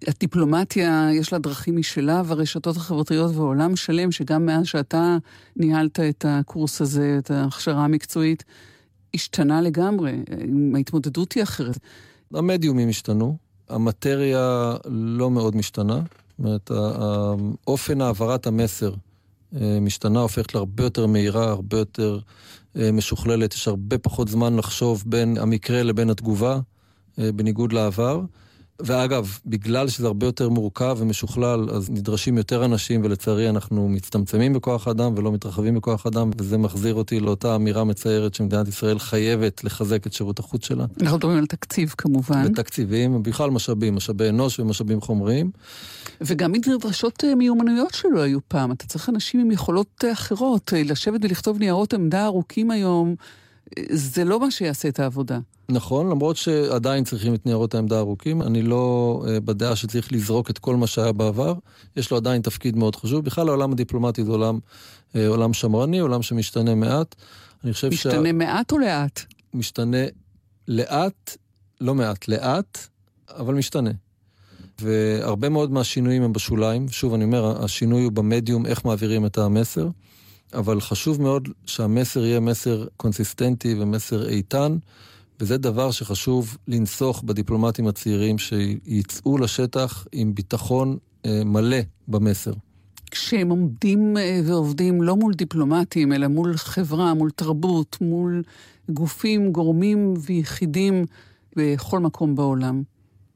הדיפלומטיה יש לה דרכים משלה, והרשתות החברתיות ועולם שלם, שגם מאז שאתה ניהלת את הקורס הזה, את ההכשרה המקצועית, השתנה לגמרי. ההתמודדות היא אחרת. המדיומים השתנו, המטריה לא מאוד משתנה, זאת אומרת, האופן העברת המסר משתנה, הופכת להרבה יותר מהירה, הרבה יותר משוכללת, יש הרבה פחות זמן לחשוב בין המקרה לבין התגובה, בניגוד לעבר. ואגב, בגלל שזה הרבה יותר מורכב ומשוכלל, אז נדרשים יותר אנשים, ולצערי אנחנו מצטמצמים בכוח אדם ולא מתרחבים בכוח אדם, וזה מחזיר אותי לאותה אמירה מציירת שמדינת ישראל חייבת לחזק את שירות החוץ שלה. אנחנו מדברים על תקציב כמובן. ותקציבים, בכלל משאבים, משאבי אנוש ומשאבים חומריים. וגם נדרשות מיומנויות שלו היו פעם. אתה צריך אנשים עם יכולות אחרות, לשבת ולכתוב ניירות עמדה ארוכים היום, זה לא מה שיעשה את העבודה. נכון, למרות שעדיין צריכים את ניירות העמדה ארוכים, אני לא בדעה שצריך לזרוק את כל מה שהיה בעבר, יש לו עדיין תפקיד מאוד חשוב. בכלל העולם הדיפלומטי זה עולם, עולם שמרני, עולם שמשתנה מעט. אני חושב משתנה שה... מעט או לאט? משתנה לאט, לא מעט, לאט, אבל משתנה. והרבה מאוד מהשינויים הם בשוליים. שוב, אני אומר, השינוי הוא במדיום, איך מעבירים את המסר, אבל חשוב מאוד שהמסר יהיה מסר קונסיסטנטי ומסר איתן, וזה דבר שחשוב לנסוך בדיפלומטים הצעירים, שיצאו לשטח עם ביטחון מלא במסר. כשהם עומדים ועובדים לא מול דיפלומטים, אלא מול חברה, מול תרבות, מול גופים, גורמים ויחידים בכל מקום בעולם.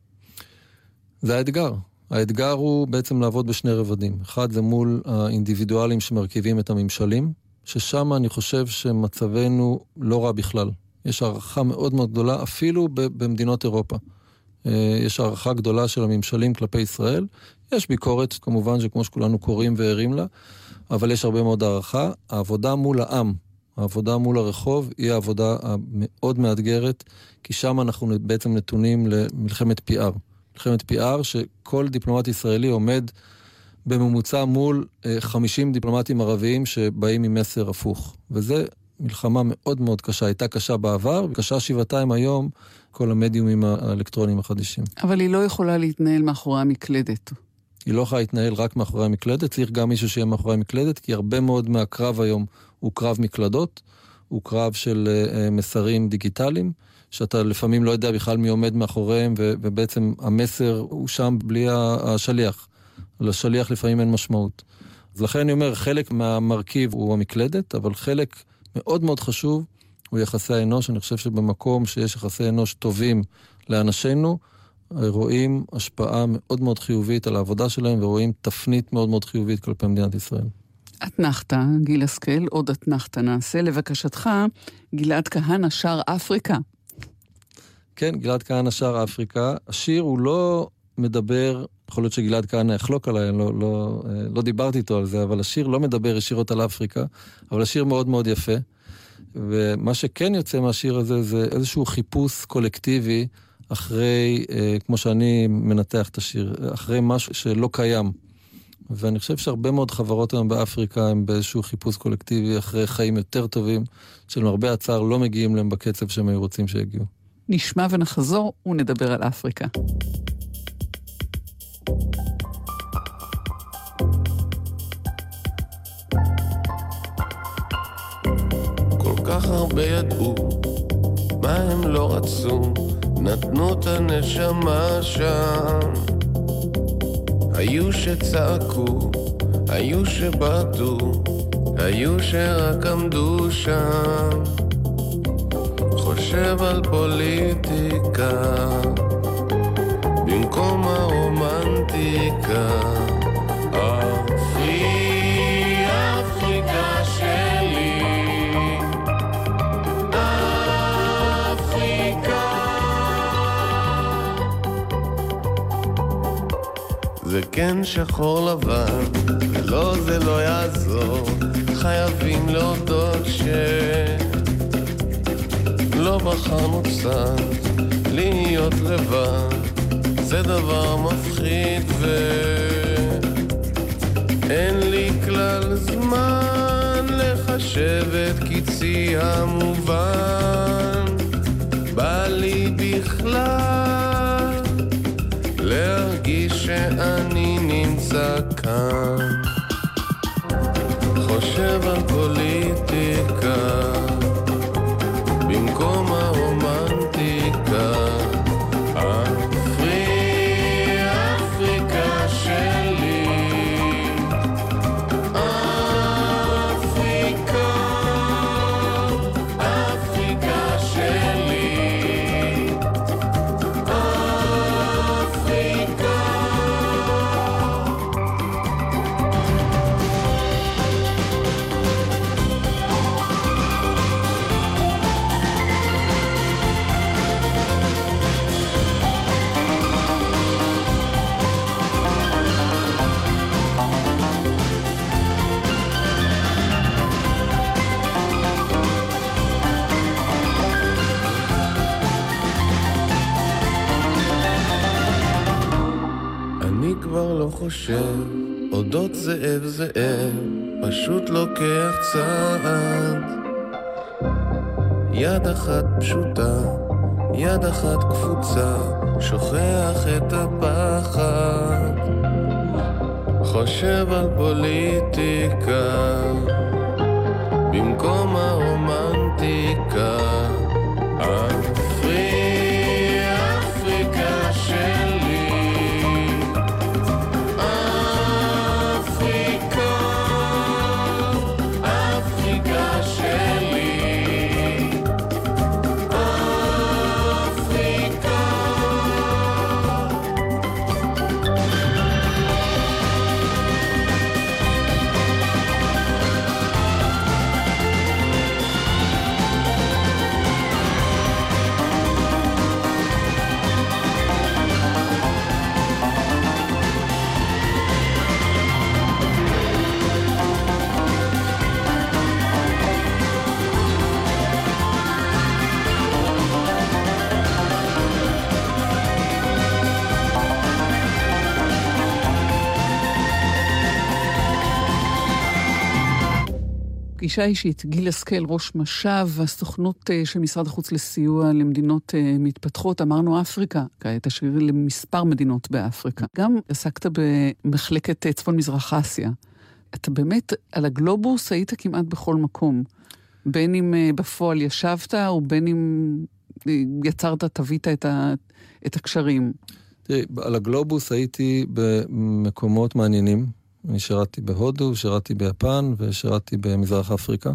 זה האתגר. האתגר הוא בעצם לעבוד בשני רבדים. אחד זה מול האינדיבידואלים שמרכיבים את הממשלים, ששם אני חושב שמצבנו לא רע בכלל. יש הערכה מאוד מאוד גדולה, אפילו במדינות אירופה. יש הערכה גדולה של הממשלים כלפי ישראל. יש ביקורת, כמובן שכמו שכולנו קוראים וערים לה, אבל יש הרבה מאוד הערכה. העבודה מול העם, העבודה מול הרחוב, היא העבודה המאוד מאתגרת, כי שם אנחנו בעצם נתונים למלחמת פי אר. מלחמת פי אר, שכל דיפלומט ישראלי עומד בממוצע מול חמישים דיפלומטים ערביים שבאים עם מסר הפוך. וזה מלחמה מאוד מאוד קשה. הייתה קשה בעבר, וקשה שבעתיים היום, כל המדיומים האלקטרוניים החדשים. אבל היא לא יכולה להתנהל מאחורי המקלדת. היא לא יכולה להתנהל רק מאחורי המקלדת, צריך גם מישהו שיהיה מאחורי המקלדת, כי הרבה מאוד מהקרב היום הוא קרב מקלדות, הוא קרב של מסרים דיגיטליים, שאתה לפעמים לא יודע בכלל מי עומד מאחוריהם, ובעצם המסר הוא שם בלי השליח. לשליח לפעמים אין משמעות. אז לכן אני אומר, חלק מהמרכיב הוא המקלדת, אבל חלק מאוד מאוד חשוב הוא יחסי האנוש. אני חושב שבמקום שיש יחסי אנוש טובים לאנשינו, רואים השפעה מאוד מאוד חיובית על העבודה שלהם, ורואים תפנית מאוד מאוד חיובית כלפי מדינת ישראל. אתנחתה, גיל השכל, עוד אתנחתה נעשה. לבקשתך, גלעד כהנא שר אפריקה. כן, גלעד כהנא שר אפריקה. השיר הוא לא מדבר, יכול להיות שגלעד כהנא יחלוק עליי, לא, לא, לא דיברתי איתו על זה, אבל השיר לא מדבר ישירות על אפריקה, אבל השיר מאוד מאוד יפה. ומה שכן יוצא מהשיר הזה, זה איזשהו חיפוש קולקטיבי, אחרי, כמו שאני מנתח את השיר, אחרי משהו שלא קיים. ואני חושב שהרבה מאוד חברות היום באפריקה הם באיזשהו חיפוש קולקטיבי אחרי חיים יותר טובים, שלמרבה הצער לא מגיעים להם בקצב שהם היו רוצים שיגיעו. נשמע ונחזור ונדבר על אפריקה. כל כך הרבה ידעו, מה הם לא רצו, נתנו את הנשמה שם. היו שצעקו, היו שבטו, היו שרק עמדו שם. חושב על פוליטיקה במקום הרומנטיקה. אפרי, אפריקה שלי, אפריקה. זה כן שחור לבן, ולא זה לא יעזור, חייבים להודות ש... לא בחרנו קצת להיות לבד, זה דבר מפחיד ואין לי כלל זמן לחשב את קיצי המובן. בא לי בכלל להרגיש כאן, חושב על פוליטיקה במקום הרומנטיקה. אפרי, אפריקה שלי, אפריקה, אפריקה שלי, אפריקה. אני כבר לא חושב אודות זאב זאב, פשוט לוקח צעד, יד אחת פשוטה, יד אחת קפוצה, שוכח את הפחד, חושב על פוליטיקה במקום הרומנטיקה. אפרי, אפריקה שלי, אפריקה, אפריקה שלי, אפריקה. פגישה אישית, גיל השכל, ראש משב, הסוכנות של משרד החוץ לסיוע למדינות מתפתחות, אמרנו אפריקה, כעת השאיר למספר מדינות באפריקה. גם עסקת במחלקת צפון מזרח אסיה. אתה באמת על הגלובוס היית כמעט בכל מקום. בין אם בפועל ישבת, או בין אם יצרת, תווית את, ה, את הקשרים. תראי, על הגלובוס הייתי במקומות מעניינים. אני שירתי בהודו, שירתי ביפן ושירתי במזרח אפריקה.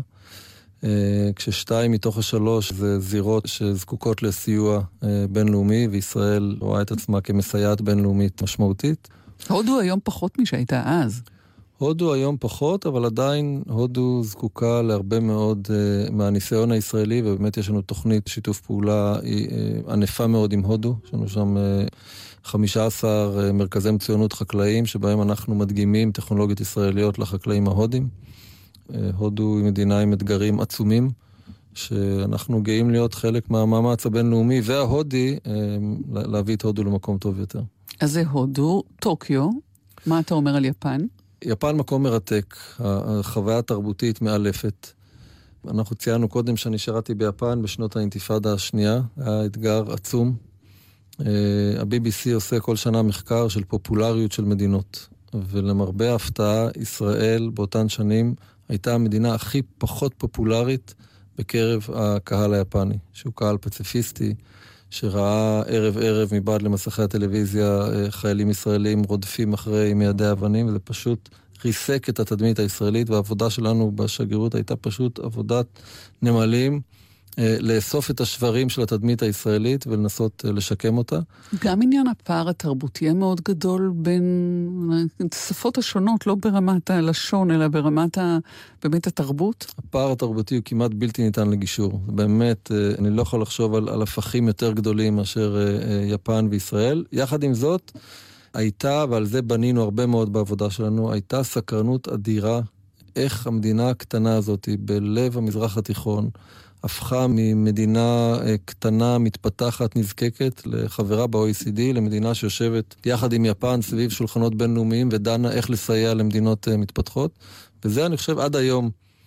כששתיים מתוך השלוש זה זירות שזקוקות לסיוע בינלאומי, וישראל רואה את עצמה כמסייעת בינלאומית משמעותית. הודו היום פחות משהייתה אז. הודו היום פחות, אבל עדיין הודו זקוקה להרבה מאוד uh, מהניסיון הישראלי, ובאמת יש לנו תוכנית שיתוף פעולה uh, ענפה מאוד עם הודו. יש לנו שם uh, חמישה עשר uh, מרכזי מצוינות חקלאיים, שבהם אנחנו מדגימים טכנולוגיות ישראליות לחקלאים ההודים. Uh, הודו היא מדינה עם אתגרים עצומים, שאנחנו גאים להיות חלק מהמאמץ הבינלאומי וההודי, uh, להביא את הודו למקום טוב יותר. אז זה הודו, טוקיו. מה אתה אומר על יפן? יפן מקום מרתק, החוויה התרבותית מאלפת. אנחנו ציינו קודם שאני שירתי ביפן בשנות האינתיפאדה השנייה, היה אתגר עצום. ה-בי בי סי עושה כל שנה מחקר של פופולריות של מדינות, ולמרבה ההפתעה, ישראל באותן שנים הייתה המדינה הכי פחות פופולרית בקרב הקהל היפני, שהוא קהל פציפיסטי, שראה ערב ערב מבעד למסכי הטלוויזיה חיילים ישראלים רודפים אחרי מיידי אבנים, וזה פשוט ריסק את התדמית הישראלית, והעבודה שלנו בשגרירות הייתה פשוט עבודת נמלים, לאסוף את השברים של התדמית הישראלית ולנסות לשקם אותה. גם עניין הפער התרבותי יהיה מאוד גדול בין השפות השונות, לא ברמת הלשון, אלא ברמת ה... באמת התרבות? הפער התרבותי הוא כמעט בלתי ניתן לגישור. באמת, אני לא יכול לחשוב על, על הפכים יותר גדולים מאשר יפן וישראל. יחד עם זאת, הייתה, ועל זה בנינו הרבה מאוד בעבודה שלנו, הייתה סקרנות אדירה איך המדינה הקטנה הזאת בלב המזרח התיכון הפכה ממדינה קטנה, מתפתחת, נזקקת, לחברה ב-או אי סי די, למדינה שיושבת יחד עם יפן סביב שולחנות בינלאומיים ודנה איך לסייע למדינות מתפתחות. וזה אני חושב עד היום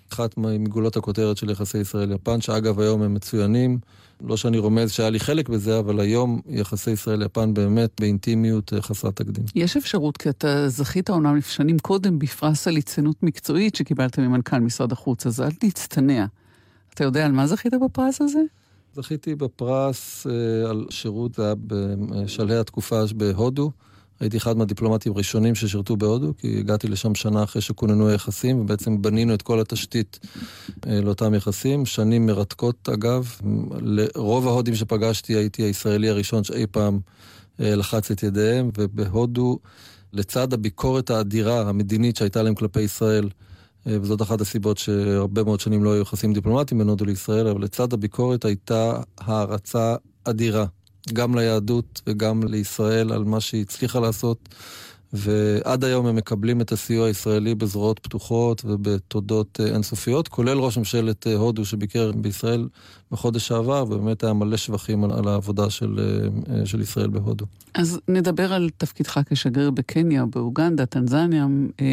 אחת מגולות הכותרת של יחסי ישראל-יפן, שאגב היום הם מצוינים. לא שאני רומז שהיה לי חלק בזה, אבל היום יחסי ישראל-יפן באמת באינטימיות חסרת תקדים. יש אפשרות, כי אתה זכית אומנם שנים קודם בפרס על ליצנות מקצועית שקיבלת ממנכ"ל משרד החוץ, אז אל תצטנע. אתה יודע על מה זכית בפרס הזה? זכיתי בפרס אה, על שירות, זה היה בשלהי התקופה בהודו. הייתי אחד מהדיפלומטים הראשונים ששירתו בהודו, כי הגעתי לשם שנה אחרי שכוננו היחסים, ובעצם בנינו את כל התשתית אה, לאותם יחסים. שנים מרתקות אגב. לרוב ההודים שפגשתי הייתי הישראלי הראשון שאי פעם אה, לחץ את ידיהם, ובהודו, לצד הביקורת האדירה המדינית שהייתה להם כלפי ישראל, וזאת אחת הסיבות שהרבה מאוד שנים לא היו יחסים דיפלומטיים בין הודו לישראל, אבל לצד הביקורת הייתה הערצה אדירה, גם ליהדות וגם לישראל על מה שהיא הצליחה לעשות, ועד היום הם מקבלים את הסיוע הישראלי בזרועות פתוחות ובתודות אינסופיות, כולל ראש ממשלת הודו שביקר בישראל בחודש שעבר, ובאמת היה מלא שבחים על, על העבודה של, של ישראל בהודו. אז נדבר על תפקידך כשגריר בקניה, באוגנדה, טנזניה,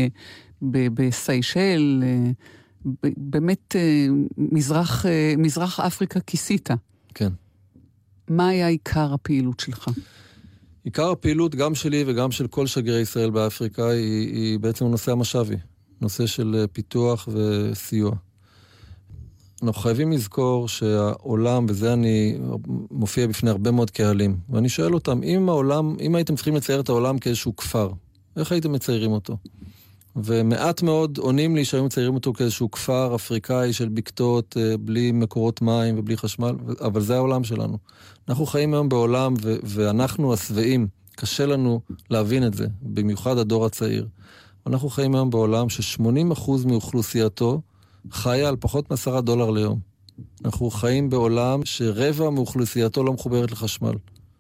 בסיישל, באמת מזרח, מזרח אפריקה כיסית. כן. מה היה עיקר הפעילות שלך? עיקר הפעילות גם שלי וגם של כל שגרירי ישראל באפריקה היא, היא בעצם נושא המשאבי, נושא של פיתוח וסיוע. אנחנו חייבים לזכור שהעולם, וזה אני מופיע בפני הרבה מאוד קהלים, ואני שואל אותם, אם העולם, אם הייתם צריכים לצייר את העולם כאיזשהו כפר, איך הייתם מציירים אותו? ומעט מאוד עונים לי שהיום מציירים אותו כאיזשהו כפר אפריקאי של בקתות, בלי מקורות מים ובלי חשמל, אבל זה העולם שלנו. אנחנו חיים היום בעולם, ו- ואנחנו השבעים, קשה לנו להבין את זה, במיוחד הדור הצעיר. אנחנו חיים היום בעולם ש-שמונים אחוז מאוכלוסייתו חיה על פחות מעשרה דולר ליום. אנחנו חיים בעולם שרבע מאוכלוסייתו לא מחוברת לחשמל.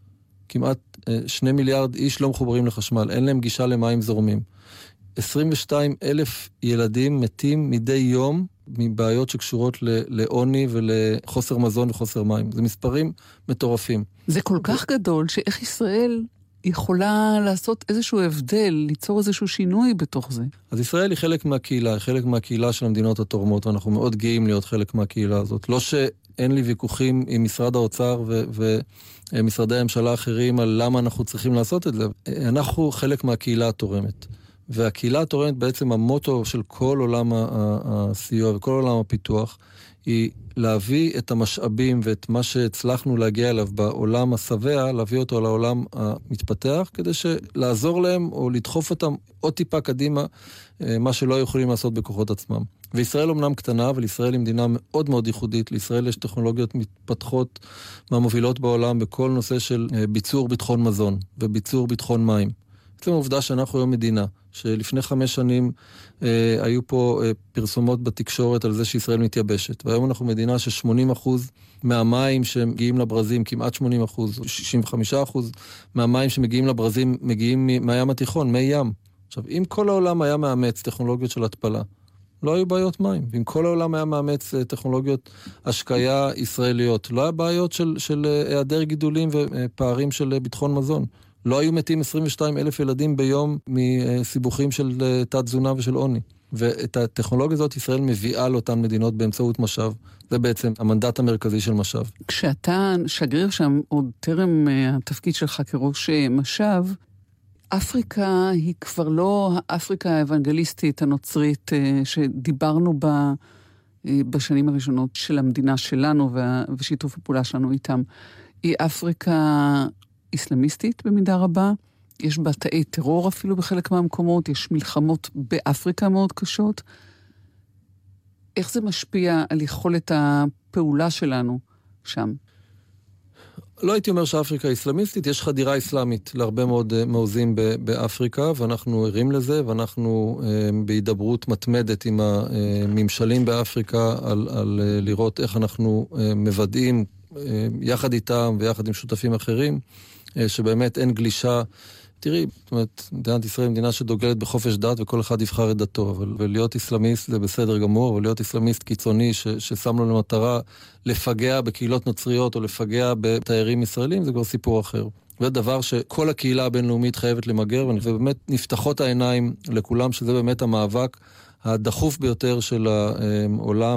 כמעט שני מיליארד איש לא מחוברים לחשמל, אין להם גישה למים זורמים. עשרים ושתיים אלף ילדים מתים מדי יום מבעיות שקשורות לעוני ולחוסר מזון וחוסר מים. זה מספרים מטורפים. זה כל כך גדול שאיך ישראל יכולה לעשות איזשהו הבדל, ליצור איזשהו שינוי בתוך זה. אז ישראל היא חלק מהקהילה, היא חלק מהקהילה של המדינות התורמות, ואנחנו מאוד גאים להיות חלק מהקהילה הזאת. לא שאין לי ויכוחים עם משרד האוצר ו- ומשרדי הממשלה האחרים על למה אנחנו צריכים לעשות את זה. אנחנו חלק מהקהילה התורמת. והקהילה התורמת בעצם המוטו של כל עולם הסיוע וכל עולם הפיתוח היא להביא את המשאבים ואת מה שהצלחנו להגיע אליו בעולם הסבע, להביא אותו לעולם המתפתח, כדי לעזור להם או לדחוף אותם עוד טיפה קדימה, מה שלא יכולים לעשות בכוחות עצמם. וישראל אומנם קטנה, אבל ישראל היא מדינה מאוד מאוד ייחודית. לישראל יש טכנולוגיות מתפתחות מהמובילות בעולם בכל נושא של ביצור ביטחון מזון וביצור ביטחון מים. עצם העובדה שאנחנו היום מדינה, שלפני חמש שנים אה, היו פה אה, פרסומות בתקשורת על זה שישראל מתייבשת, והיום אנחנו מדינה ש-שמונים אחוז מהמים שמגיעים לברזים, כמעט שמונים אחוז, שישים וחמישה אחוז מהמים שמגיעים לברזים מגיעים מהים התיכון, מי ים. עכשיו, אם כל העולם היה מאמץ טכנולוגיות של התפלה, לא היו בעיות מים. ואם כל העולם היה מאמץ טכנולוגיות השקיה ישראליות, לא היה בעיות של, של היעדר גידולים ופערים של ביטחון מזון. לא היו מתים עשרים ושתיים אלף ילדים ביום מסיבוכים של תת תזונה ושל עוני. ואת הטכנולוגיה הזאת ישראל מביאה לאותן מדינות באמצעות משאב. זה בעצם המנדט המרכזי של משאב. כשאתה שגריר שם, עוד טרם התפקיד שלך כראש משאב, אפריקה היא כבר לא האפריקה האוונגליסטית הנוצרית שדיברנו בה בשנים הראשונות של המדינה שלנו ושיתוף הפעולה שלנו איתם. היא אפריקה איסלאמיסטית במידה רבה, יש בה תאי טרור אפילו בחלק מהמקומות, יש מלחמות באפריקה מאוד קשות. איך זה משפיע על יכולת הפעולה שלנו שם? לא הייתי אומר שאפריקה איסלאמיסטית, יש חדירה איסלאמית להרבה מאוד מעוזים באפריקה, ואנחנו ערים לזה, ואנחנו בהידברות מתמדת עם הממשלים באפריקה על, על לראות איך אנחנו מוודאים יחד איתם ויחד עם שותפים אחרים, שבאמת אין גלישה. תראי, זאת אומרת, מדינת ישראל היא מדינה שדוגלת בחופש דת וכל אחד יבחר את דתו, אבל ולהיות איסלאמיסט זה בסדר גמור, אבל להיות איסלאמיסט קיצוני ש, ששם לו למטרה לפגע בקהילות נוצריות או לפגע בתיירים ישראלים, זה כבר סיפור אחר. זה דבר שכל הקהילה הבינלאומית חייבת למגר, ובאמת נפתחות העיניים לכולם שזה באמת המאבק הדחוף ביותר של העולם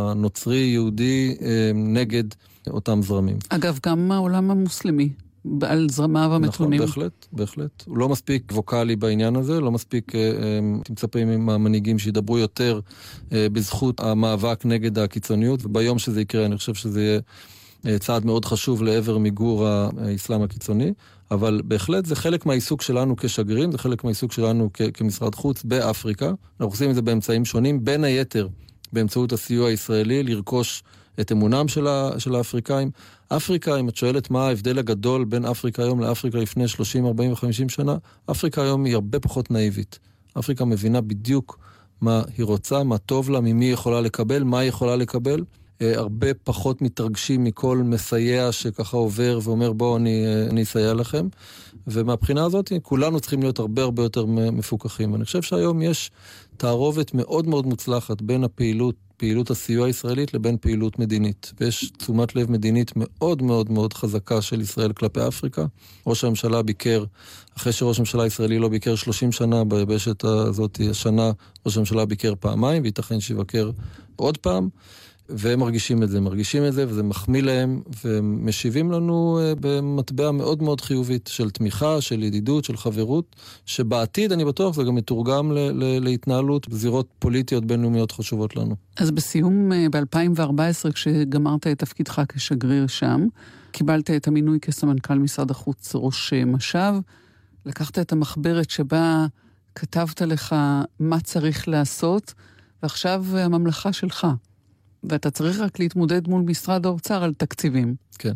הנוצרי-יהודי נגד אותם זרמים. אגב, גם העולם המוסלמי, על זרמיו המתונים. נכון, בהחלט, בהחלט. הוא לא מספיק ווקלי בעניין הזה, לא מספיק, תמצפה עם המנהיגים שידברו יותר בזכות המאבק נגד הקיצוניות, וביום שזה יקרה אני חושב שזה יהיה צעד מאוד חשוב לעבר מיגור האסלאם הקיצוני, אבל בהחלט זה חלק מהעיסוק שלנו כשגרירים, זה חלק מהעיסוק שלנו כ- כמשרד חוץ באפריקה. אנחנו עושים את זה באמצעים שונים, בין היתר באמצעות הסיוע הישראלי, לרכוש את אמונם של, ה- של האפריקאים. אפריקה, אם את שואלת מה ההבדל הגדול בין אפריקה היום לאפריקה לפני שלושים, ארבעים וחמישים שנה, אפריקה היום היא הרבה פחות נאיבית. אפריקה מבינה בדיוק מה היא רוצה, מה טוב לה, ממי היא יכולה לקבל, מה היא יכולה לקבל. הרבה פחות מתרגשים מכל מסייע שככה עובר ואומר בואו אני, אני אסייע לכם. ומהבחינה הזאת כולנו צריכים להיות הרבה הרבה יותר מפוקחים. אני חושב שהיום יש תערובת מאוד מאוד מוצלחת בין הפעילות, פעילות הסיוע הישראלית לבין פעילות מדינית. ויש תשומת לב מדינית מאוד מאוד מאוד חזקה של ישראל כלפי אפריקה. ראש הממשלה ביקר, אחרי שראש הממשלה הישראלי לא ביקר שלושים שנה ביבשת הזאת, השנה ראש הממשלה ביקר פעמיים, וייתכן שיבקר עוד פעם. והם מרגישים את זה, מרגישים את זה, וזה מחמיא להם, ומשיבים לנו במטבע מאוד מאוד חיובית, של תמיכה, של ידידות, של חברות, שבעתיד, אני בטוח, זה גם מתורגם ל- ל- להתנהלות בזירות פוליטיות בינלאומיות חשובות לנו. אז בסיום, ב-אלפיים וארבע עשרה, כשגמרת את תפקידך כשגריר שם, קיבלת את המינוי כסמנכ"ל משרד החוץ ראש משב, לקחת את המחברת שבה כתבת לך מה צריך לעשות, ועכשיו הממלכה שלך. ואתה צריך רק להתמודד מול משרד האוצר על תקציבים. כן.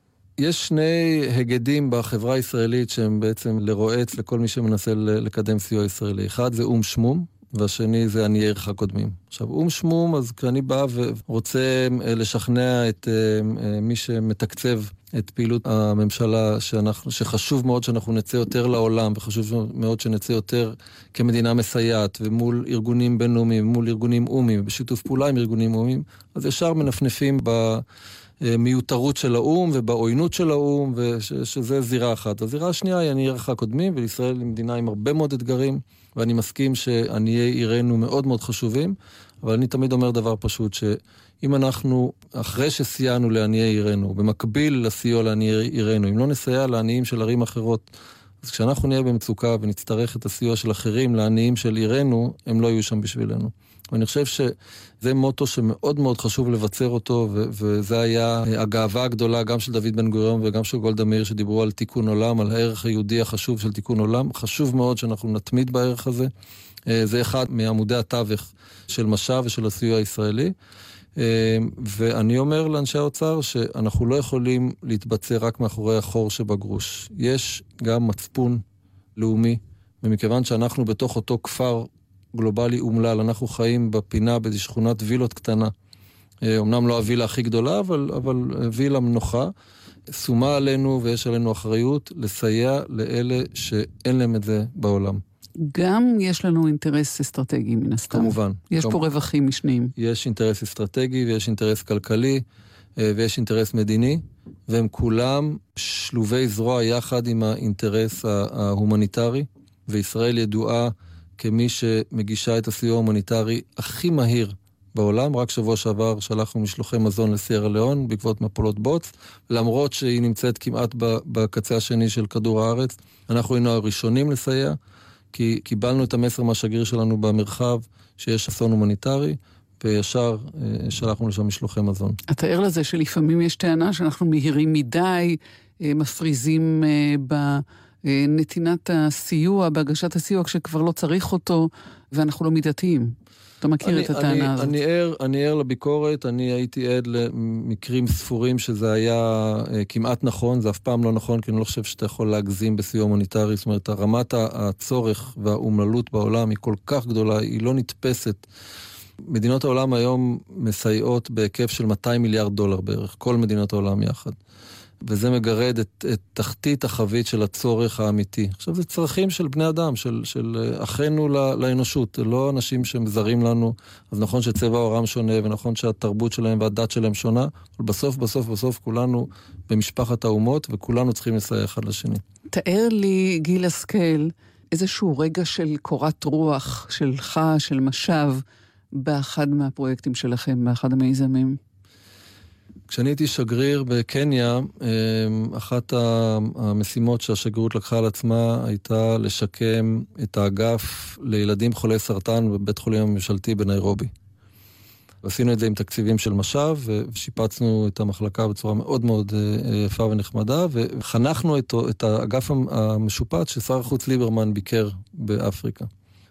יש שני הגדים בחברה הישראלית שהם בעצם לרועץ לכל מי שמנסה לקדם סיוע ישראלי. אחד זה אום שמום, והשני זה עניי עירך קודמים. עכשיו, אום שמום, אז כשאני בא ורוצה לשכנע את מי שמתקצב את פעילות הממשלה, שאנחנו, שחשוב מאוד שאנחנו נצא יותר לעולם, וחשוב מאוד שנצא יותר כמדינה מסייעת, ומול ארגונים בינלאומיים, מול ארגונים אומיים, בשיתוף פעולה עם ארגונים אומיים, אז ישר מנפנפים במיותרות של האום, ובעוינות של האום, ושזה זירה אחת. הזירה השנייה היא עניי עירך קודמים, ולישראל היא מדינה עם הרבה מאוד אתגרים, ואני מסכים שעניי עירנו מאוד מאוד חשובים, אבל אני תמיד אומר דבר פשוט, שאם אנחנו, אחרי שסייענו לעניי עירנו, במקביל לסיוע לעניי עירנו, אם לא נסייע לעניים של ערים אחרות, אז כשאנחנו נהיה במצוקה ונצטרך את הסיוע של אחרים לעניים של עירנו, הם לא יהיו שם בשבילנו. ואני חושב שזה מוטו שמאוד מאוד חשוב לבצר אותו, ו- וזה היה הגאווה הגדולה גם של דוד בן גוריון וגם של גולדה מאיר, שדיברו על תיקון עולם, על הערך היהודי החשוב של תיקון עולם. חשוב מאוד שאנחנו נתמיד בערך הזה. זה אחד מעמודי התווך של משב ושל הסיוע הישראלי. ואני אומר לאנשי האוצר שאנחנו לא יכולים להתבצע רק מאחורי החור שבגרוש. יש גם מצפון לאומי, ומכיוון שאנחנו בתוך אותו כפר גלובלי אומלל, אנחנו חיים בפינה באיזו שכונת וילות קטנה. אמנם לא הווילה הכי גדולה, אבל, אבל וילה מנוחה. שומה עלינו ויש עלינו אחריות לסייע לאלה שאין להם את זה בעולם. גם יש לנו אינטרס אסטרטגי מן הסתם. כמובן. יש כמובן. פה רווחים משניים. יש אינטרס אסטרטגי ויש אינטרס כלכלי ויש אינטרס מדיני, והם כולם שלובי זרוע יחד עם האינטרס ההומניטרי, וישראל ידועה כמי שמגישה את הסיוע ההומניטרי הכי מהיר בעולם. רק שבוע שעבר שלחנו משלוחי מזון לסיירה ליאון בעקבות מפולות בוץ, למרות שהיא נמצאת כמעט בקצה השני של כדור הארץ. אנחנו היינו הראשונים לסייע, כי קיבלנו את המסר מהשגריר שלנו במרחב שיש אסון הומניטרי, וישר שלחנו לשם משלוחי מזון. אתה ער לזה שלפעמים יש טענה שאנחנו מהירים מדי, מפריזים בנתינת הסיוע, בהגשת הסיוע, כשכבר לא צריך אותו, ואנחנו לא מידתיים. אתה מכיר אני, את הטענה אני, הזאת? אני ער, אני ער לביקורת, אני הייתי עד למקרים ספורים שזה היה כמעט נכון, זה אף פעם לא נכון, כי אני לא חושב שאתה יכול להגזים בסיוע הומניטרי, זאת אומרת, רמת הצורך והאומללות בעולם היא כל כך גדולה, היא לא נתפסת. מדינות העולם היום מסייעות בהיקף של מאתיים מיליארד דולר בערך, כל מדינות העולם יחד. וזה מגרד את, את תחתית החבית של הצורך האמיתי. עכשיו, זה צרכים של בני אדם, של, של אחינו לאנושות, לא אנשים שמזרים לנו, אז נכון שצבע העורם שונה, ונכון שהתרבות שלהם והדת שלהם שונה, אבל בסוף, בסוף, בסוף, כולנו במשפחת האומות, וכולנו צריכים לסייע אחד לשני. תאר לי, גיל השכל, איזשהו רגע של קורת רוח, שלך, של משב, באחד מהפרויקטים שלכם, באחד המיזמים? כשאני הייתי שגריר בקניה, אחת המשימות שהשגרירות לקחה על עצמה הייתה לשקם את האגף לילדים חולי סרטן בבית חולים הממשלתי בניירובי. עשינו את זה עם תקציבים של משב, ושיפצנו את המחלקה בצורה מאוד מאוד יפה ונחמדה, וחנכנו את, את האגף המשופץ ששר החוץ ליברמן ביקר באפריקה.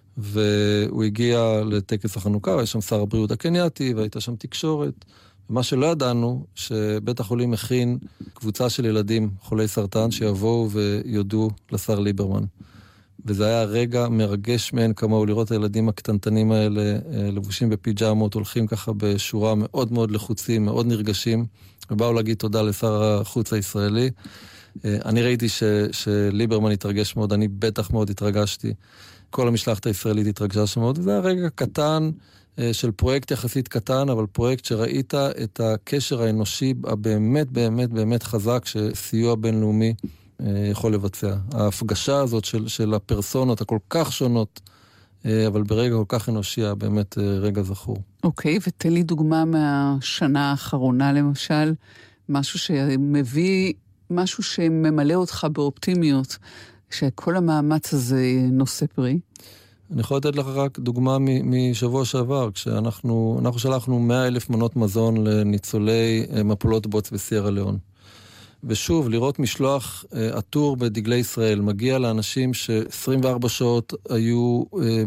והוא הגיע לטקס החנוכה, ויש שם שר הבריאות הקנייתי, והייתה שם תקשורת. ומה שלא ידענו, שבית החולים מכין קבוצה של ילדים חולי סרטן, שיבואו ויודו לשר ליברמן. וזה היה רגע מרגש מעין כמוהו, לראות את הילדים הקטנטנים האלה, לבושים בפיג'מות, הולכים ככה בשורה מאוד מאוד לחוצים, מאוד נרגשים, ובאו להגיד תודה לשר החוץ הישראלי. אני ראיתי ש, שליברמן התרגש מאוד, אני בטח מאוד התרגשתי. כל המשלחת הישראלית התרגשה שם מאוד, וזה היה רגע קטן של פרויקט יחסית קטן, אבל פרויקט שראית את הקשר האנושי הבאמת באמת באמת חזק, שסיוע בינלאומי יכול לבצע. ההפגשה הזאת של, של הפרסונות הכל כך שונות, אבל ברגע כל כך אנושי, היה באמת רגע זכור. אוקיי, ותן לי דוגמה מהשנה האחרונה למשל, משהו שמביא, משהו שממלא אותך באופטימיות, שכל המאמץ הזה נושא פרי. אני יכול לתת לך רק דוגמה משבוע שעבר, כשאנחנו אנחנו שלחנו מאה אלף מנות מזון לניצולי מפולות בוץ בסיירה ליאון. ושוב, לראות משלוח עטור בדגלי ישראל, מגיע לאנשים ש-עשרים וארבע שעות היו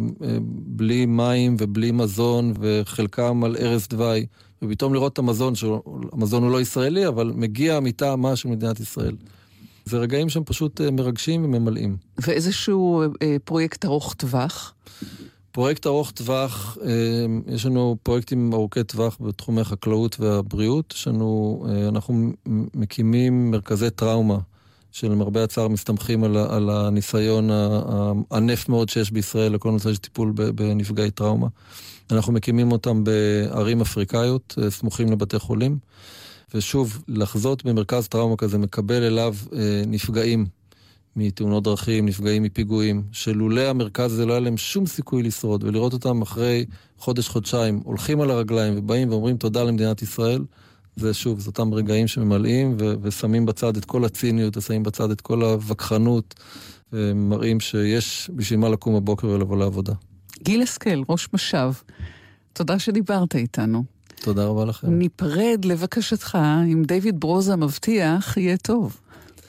בלי מים ובלי מזון, וחלקם על ערש דווי, ופתאום לראות את המזון, שהמזון הוא לא ישראלי, אבל מגיע מטעמה של מדינת ישראל. זה רגעים שהם פשוט מרגשים וממלאים. ואיזשהו אה, פרויקט ארוך טווח? פרויקט ארוך טווח, אה, יש לנו פרויקטים ארוכי טווח בתחומי החקלאות והבריאות, לנו, אה, אנחנו מקימים מרכזי טראומה, שלמרבה הצער מסתמכים על, על הניסיון הענף מאוד שיש בישראל, לכל נושא של טיפול בנפגעי טראומה. אנחנו מקימים אותם בערים אפריקאיות, סמוכים לבתי חולים, ושוב, לחזות במרכז טראומה כזה, מקבל אליו אה, נפגעים מתאונות דרכים, נפגעים מפיגועים, שלולא המרכז הזה לא היה להם שום סיכוי לשרוד, ולראות אותם אחרי חודש, חודשיים, הולכים על הרגליים ובאים ואומרים תודה למדינת ישראל, זה שוב, זה אותם רגעים שממלאים, ו- ושמים בצד את כל הציניות, ושמים בצד את כל הווכחנות, ומראים שיש בשביל מה לקום בבוקר ולבוא לעבודה. גיל השכל, ראש משב, תודה שדיברת איתנו. תודה רבה לכם. ניפרד לבקשתך, עם דיוויד ברוזה מבטיח, יהיה טוב.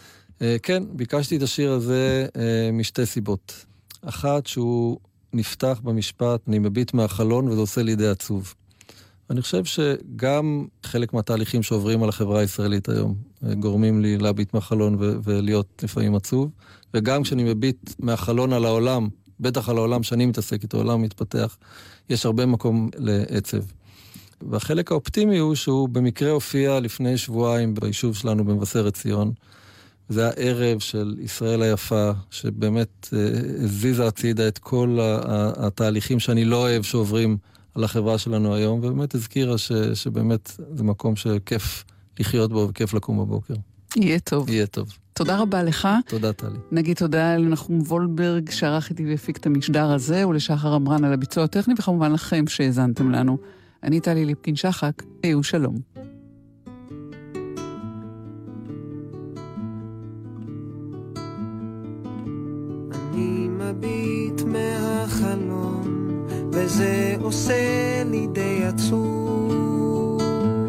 כן, ביקשתי את השיר הזה משתי סיבות. אחת, שהוא נפתח במשפט, אני מביט מהחלון, וזה עושה לי די עצוב. אני חושב שגם חלק מהתהליכים שעוברים על החברה הישראלית היום, גורמים לי להביט מהחלון ו- ולהיות לפעמים עצוב, וגם כשאני מביט מהחלון על העולם, בטח על העולם שאני מתעסק איתו, העולם מתפתח, יש הרבה מקום לעצב. והחלק האופטימי הוא שהוא במקרה הופיע לפני שבועיים ביישוב שלנו במבשרת ציון. זה היה ערב של ישראל היפה, שבאמת הזיזה הצידה את כל התהליכים שאני לא אוהב שעוברים על החברה שלנו היום, ובאמת הזכירה ש, שבאמת זה מקום שכיף לחיות בו וכיף לקום בבוקר. יהיה טוב. יהיה טוב. תודה רבה לך. תודה, טלי. נגיד תודה לנחום וולברג שערך איתי והפיק את המשדר הזה, ולשחר אמרן על הביצוע הטכני, וכמובן לכם שהזנתם לנו. אני טלי ליפקין שחק, היו שלום. אני מביט מהחלום, וזה עושה לי די עצוב.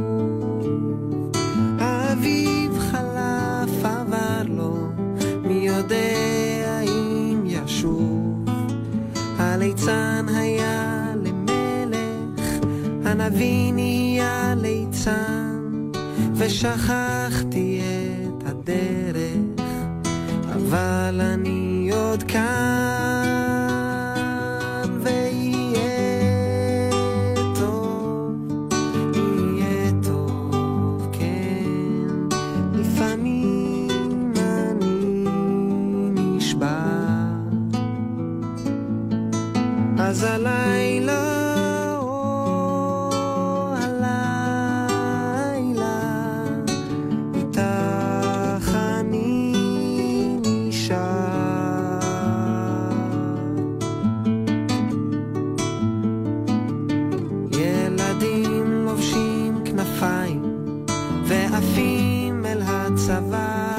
האביב חלף עבר לו, מי יודע אם ישוב. הליצן היה למלך, הנביא נהיה ליצן, ושכחתי את הדרך, אבל אני עוד כאן, ויהיה טוב, יהיה טוב, כן. לפעמים אני נשבע, אז הלילה איתך אני נשאר. הצבא,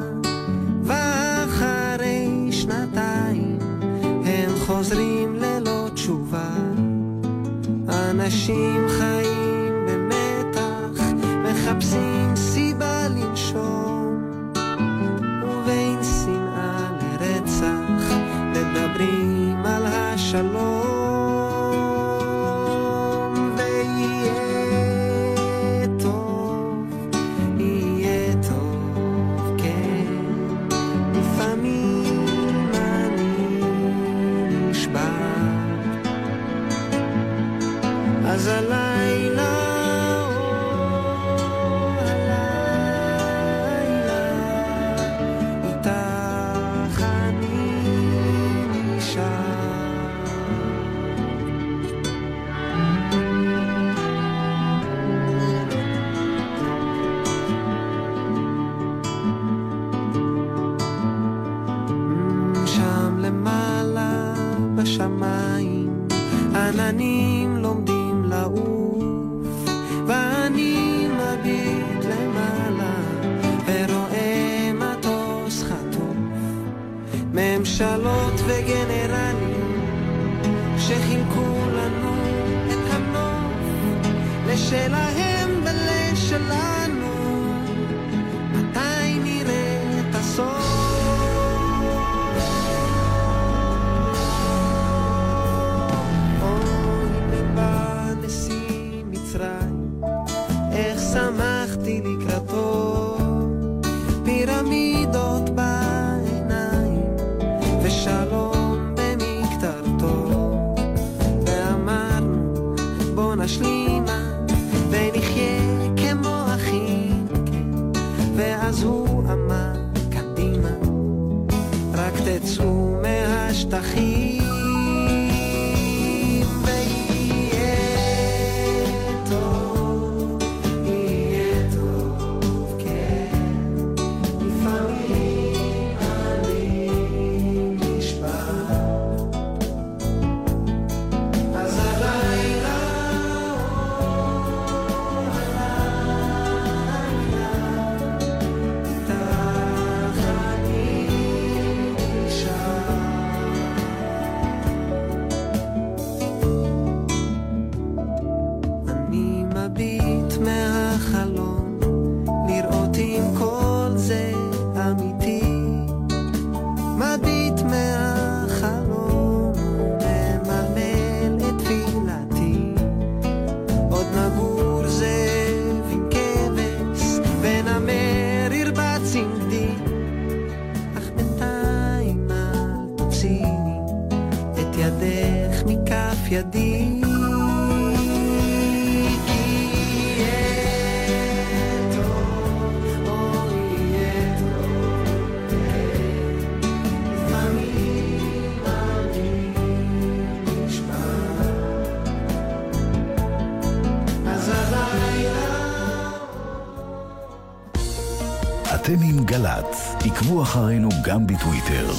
ואחרי שנתיים הם חוזרים ללא תשובה. אנשים חיים במתח, מחפשים סיבה לנשום, ובין שנאה לרצח מדברים על השלום. אז הלילה, הלילה, איתך אני נשאר. שם למעלה בשמיים, עננים לומדים לעוף, ואני מביט למעלה ורואה מטוס חטוף, ממשלות וגנרלים שחילקו לנו את הנוף לשלהם ולשלנו. מתי נראה את הסוף? שמחתי לקראתו, פירמידות בעיניים ושלום במקטרתו, ואמרנו בוא נשלימה ונחיה כמו אחים, ואז הוא אמר קדימה, רק תצאו מהשטחים. ידי אתם עם גלץ, עקבו אחרינו גם בטוויטר.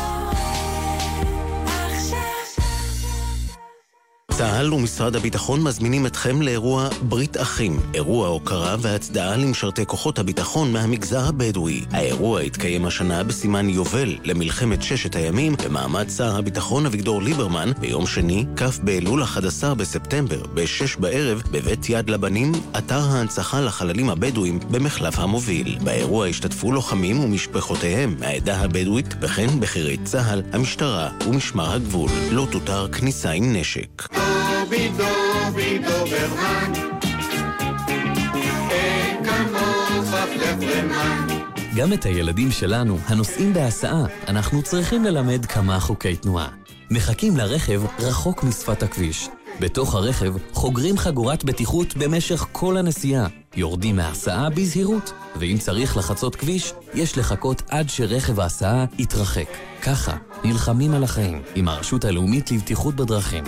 צה"ל ומשרד הביטחון מזמינים אתכם לאירוע ברית אחים, אירוע הוקרה והצדעה למשרתי כוחות הביטחון מהמגזר הבדואי. האירוע יתקיים השנה בסימן יובל למלחמת ששת הימים במעמד שר הביטחון אביגדור ליברמן ביום שני, כ' באלול אחד עשר בספטמבר בשש בערב בבית יד לבנים, אתר ההנצחה לחללים הבדואים במחלף המוביל. באירוע השתתפו לוחמים ומשפחותיהם מהעדה הבדואית, וכן בחירי צה"ל, המשטרה ומשמר הגבול. לא תותר כניסה עם נשק. דובי דובי דוברמן, אין כמוך פלפלמן. גם את הילדים שלנו, הנוסעים בהסעה, אנחנו צריכים ללמד כמה חוקי תנועה. מחכים לרכב רחוק משפת הכביש. בתוך הרכב חוגרים חגורת בטיחות במשך כל הנסיעה. יורדים מההסעה בזהירות, ואם צריך לחצות כביש, יש לחכות עד שרכב ההסעה יתרחק. ככה נלחמים על החיים עם הרשות הלאומית לבטיחות בדרכים.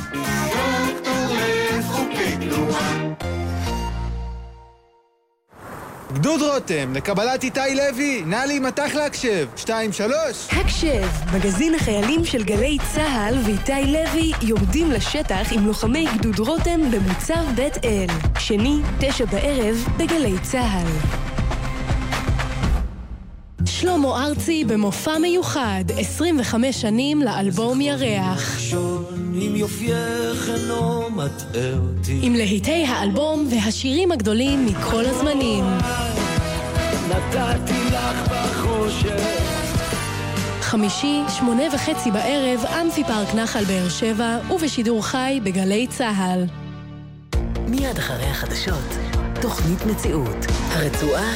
גדוד רותם, לקבלת איתי לוי, נא לי מתח להקשב, שתיים, שלוש. הקשב, מגזין החיילים של גלי צהל ואיתי לוי יורדים לשטח עם לוחמי גדוד רותם במוצב בית אל. שני, תשע בערב, בגלי צהל. שלמה ארצי במופע מיוחד, עשרים וחמש שנים לאלבום ירח. אם יופייך אינו מטעה אותי. עם להיטי האלבום והשירים הגדולים מכל הזמנים. נתתי לך בחושך. חמישי, שמונה וחצי בערב, אמפי פארק נחל באר שבע, ובשידור חי בגלי צהל. מיד אחרי החדשות, תוכנית מציאות, הרצועה